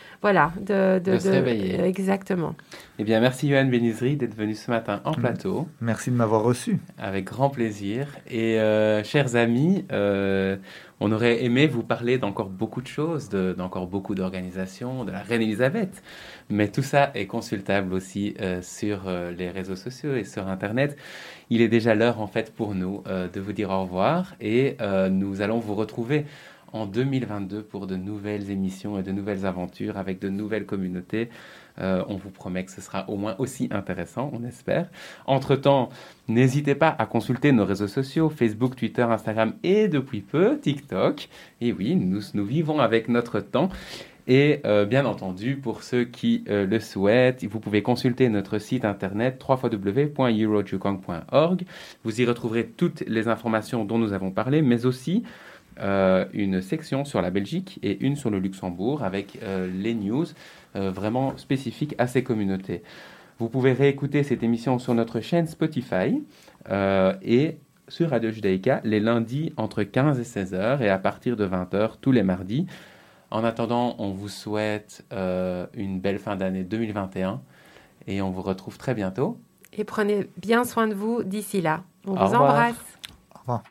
S1: se réveiller. Exactement.
S2: Eh bien, merci Yohann Benizri d'être venu ce matin en plateau.
S5: Merci de m'avoir reçu.
S2: Avec grand plaisir. Et chers amis, on aurait aimé vous parler d'encore beaucoup de choses, d'encore beaucoup d'organisations, de la Reine Elisabeth. Mais tout ça est consultable aussi sur les réseaux sociaux et sur Internet. Il est déjà l'heure, en fait, pour nous de vous dire au revoir. Et nous allons vous retrouver en 2022 pour de nouvelles émissions et de nouvelles aventures avec de nouvelles communautés. On vous promet que ce sera au moins aussi intéressant, on espère. Entre-temps, n'hésitez pas à consulter nos réseaux sociaux, Facebook, Twitter, Instagram et depuis peu, TikTok. Et oui, nous vivons avec notre temps. Et bien entendu, pour ceux qui le souhaitent, vous pouvez consulter notre site internet www.eurojukong.org. Vous y retrouverez toutes les informations dont nous avons parlé, mais aussi une section sur la Belgique et une sur le Luxembourg avec les news vraiment spécifiques à ces communautés. Vous pouvez réécouter cette émission sur notre chaîne Spotify et sur Radio Judaïka les lundis entre 15 et 16 heures et à partir de 20 heures tous les mardis. En attendant, on vous souhaite une belle fin d'année 2021 et on vous retrouve très bientôt.
S1: Et prenez bien soin de vous d'ici là. On vous
S5: Au
S1: embrasse.
S5: revoir.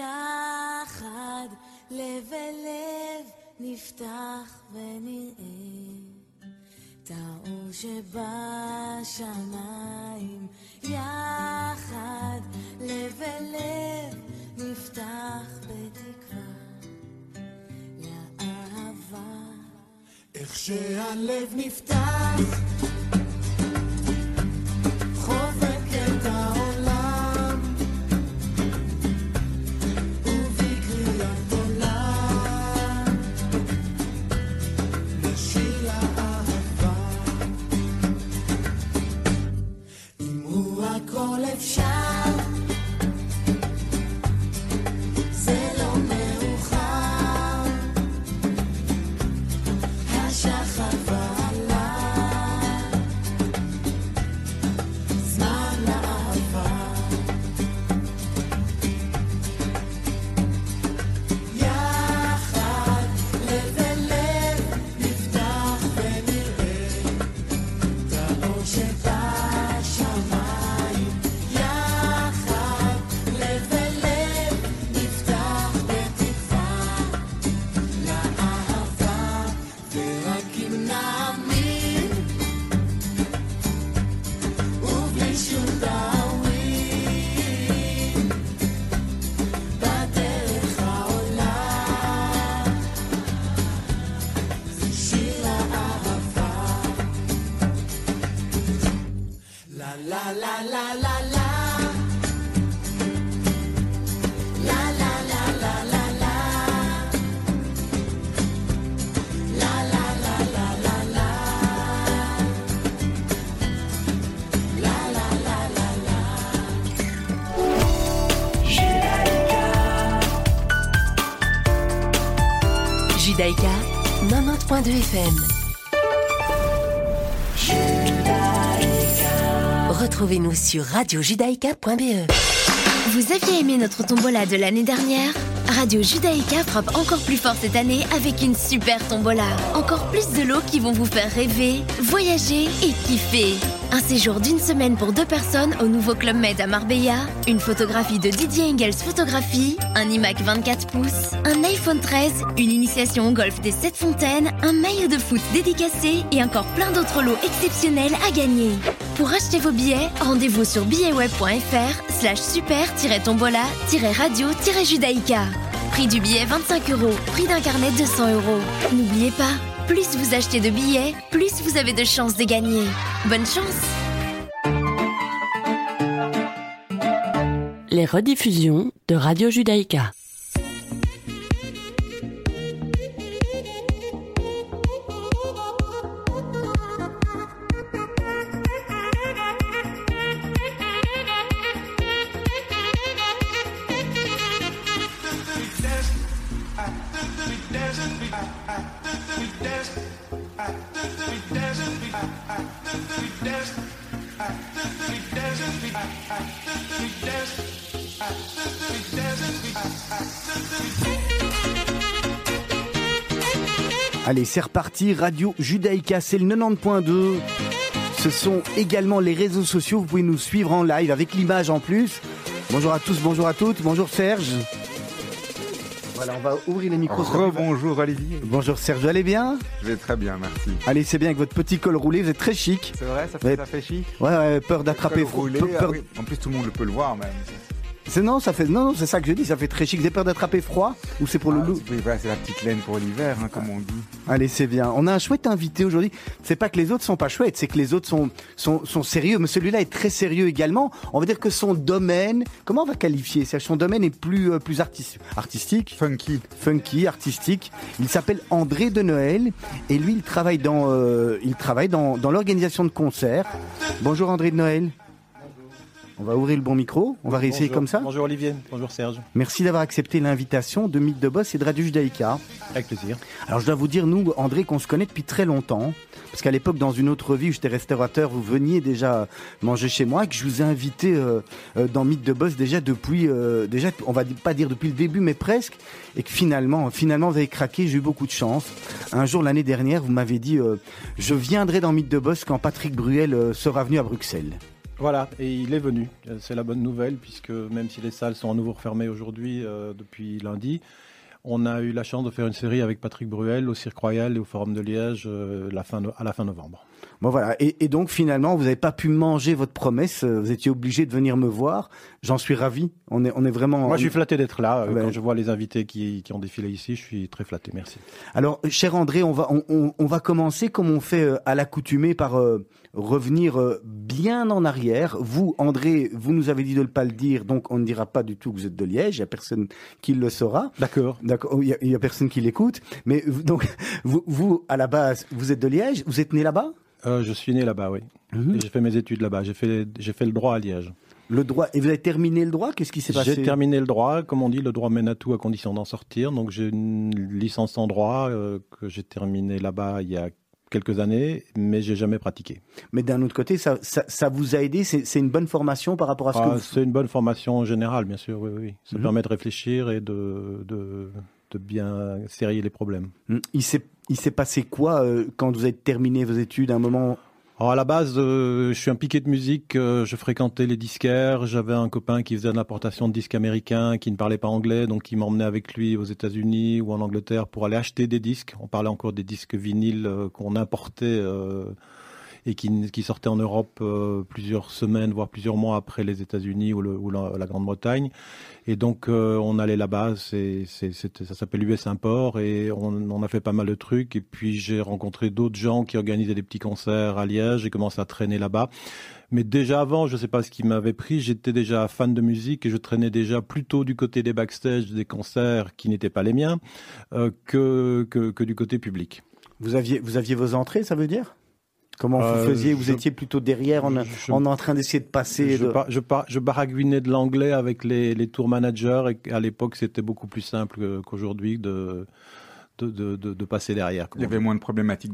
S4: יחד לב אל לב נפתח ונראה את האור שבשמיים יחד לב אל לב נפתח בתקווה לאהבה איך שהלב נפתח חובק את העולם הכל אפשר, זה לא מאוחר, השחר
S6: Judaïka, 90.2 FM. Retrouvez-nous sur radiojudaïka.be.
S7: Vous aviez aimé notre tombola de l'année dernière ? Radio Judaïka frappe encore plus fort cette année avec une super tombola. Encore plus de lots qui vont vous faire rêver, voyager et kiffer. Un séjour d'une semaine pour 2 personnes au nouveau Club Med à Marbella, une photographie de Didier Engels Photographie, un iMac 24 pouces, un iPhone 13, une initiation au golf des 7 fontaines, un maillot de foot dédicacé et encore plein d'autres lots exceptionnels à gagner. Pour acheter vos billets, rendez-vous sur billetweb.fr/super-tombola-radio-judaïka. Prix du billet 25 €, prix d'un carnet 200 €. N'oubliez pas, plus vous achetez de billets, plus vous avez de chances de gagner. Bonne chance!
S6: Les rediffusions de Radio Judaïka.
S8: Allez, c'est reparti, Radio Judaïka, c'est le 90.2. Ce sont également les réseaux sociaux, vous pouvez nous suivre en live avec l'image en plus. Bonjour à tous, bonjour à toutes, bonjour Serge. Voilà, on va ouvrir les micros.
S9: Bonjour Olivier.
S8: Bonjour Serge, vous allez bien ?
S9: Je vais très bien, merci.
S8: Allez, c'est bien avec votre petit col roulé, vous êtes très chic.
S9: C'est vrai, ça fait chic.
S8: Ouais, peur d'attraper froid.
S9: Oui. En plus, tout le monde peut le voir même.
S8: Non, c'est ça que je dis, ça fait très chic. Vous avez peur d'attraper froid ou c'est pour le loup ?
S9: C'est la petite laine pour l'hiver, comme on dit.
S8: Allez, c'est bien. On a un chouette invité aujourd'hui. C'est pas que les autres sont pas chouettes, c'est que les autres sont sérieux. Mais celui-là est très sérieux également. On va dire que son domaine, comment on va qualifier ? C'est-à-dire son domaine est plus artistique. Funky, artistique. Il s'appelle André de Noël et lui, il travaille dans l'organisation de concerts. Bonjour André de Noël. On va ouvrir le bon micro, on va réessayer comme ça.
S10: Bonjour Olivier, bonjour Serge.
S8: Merci d'avoir accepté l'invitation de Mythe de Boss et de Radio Judaïka.
S10: Avec plaisir.
S8: Alors je dois vous dire, nous, André, qu'on se connaît depuis très longtemps, parce qu'à l'époque, dans une autre vie où j'étais restaurateur, vous veniez déjà manger chez moi, et que je vous ai invité dans Mythe de Boss déjà depuis, on va pas dire depuis le début, mais presque, et que finalement vous avez craqué, j'ai eu beaucoup de chance. Un jour, l'année dernière, vous m'avez dit, je viendrai dans Mythe de Boss quand Patrick Bruel sera venu à Bruxelles.
S10: Voilà, et il est venu. C'est la bonne nouvelle, puisque même si les salles sont à nouveau refermées aujourd'hui, depuis lundi, on a eu la chance de faire une série avec Patrick Bruel au Cirque Royal et au Forum de Liège à la fin novembre.
S8: Bon voilà, et donc finalement, vous n'avez pas pu manger votre promesse, vous étiez obligé de venir me voir. J'en suis ravi, on est vraiment...
S10: Moi, je suis flatté d'être là. Quand je vois les invités qui ont défilé ici, je suis très flatté, merci.
S8: Alors, cher André, on va commencer comme on fait à l'accoutumée par revenir bien en arrière. Vous, André, vous nous avez dit de ne pas le dire, donc on ne dira pas du tout que vous êtes de Liège, il n'y a personne qui le saura.
S10: D'accord,
S8: il y a personne qui l'écoute. Mais donc, vous, à la base, vous êtes de Liège, vous êtes né là-bas ?
S10: Je suis né là-bas, oui. Et j'ai fait mes études là-bas. J'ai fait le droit à Liège.
S8: Le droit. Et vous avez terminé le droit ? Qu'est-ce qui s'est passé ?
S10: J'ai terminé le droit. Comme on dit, le droit mène à tout à condition d'en sortir. Donc j'ai une licence en droit que j'ai terminée là-bas il y a quelques années, mais j'ai jamais pratiqué.
S8: Mais d'un autre côté, ça vous a aidé ? C'est une bonne formation par rapport à ce que vous...
S10: C'est une bonne formation générale, bien sûr, oui. Ça permet de réfléchir et de bien serrer les problèmes.
S8: Il s'est passé quoi quand vous avez terminé vos études à un moment ?
S10: Alors à la base, je suis un piqué de musique, je fréquentais les disquaires, j'avais un copain qui faisait de l'importation de disques américains, qui ne parlait pas anglais, donc il m'emmenait avec lui aux États-Unis ou en Angleterre pour aller acheter des disques. On parlait encore des disques vinyles qu'on importait et qui sortait en Europe plusieurs semaines, voire plusieurs mois après les États-Unis ou la Grande-Bretagne. Et donc on allait là-bas, ça s'appelle US Import, et on a fait pas mal de trucs. Et puis j'ai rencontré d'autres gens qui organisaient des petits concerts à Liège. J'ai commencé à traîner là-bas. Mais déjà avant, je ne sais pas ce qui m'avait pris, j'étais déjà fan de musique et je traînais déjà plutôt du côté des backstage, des concerts qui n'étaient pas les miens, que du côté public.
S8: Vous aviez vos entrées, ça veut dire ? Comment vous faisiez ? Vous étiez plutôt derrière, en train d'essayer de passer.
S10: Je baragouinais de l'anglais avec les tour managers, et à l'époque c'était beaucoup plus simple qu'aujourd'hui de passer derrière.
S9: Il y avait moins de problématiques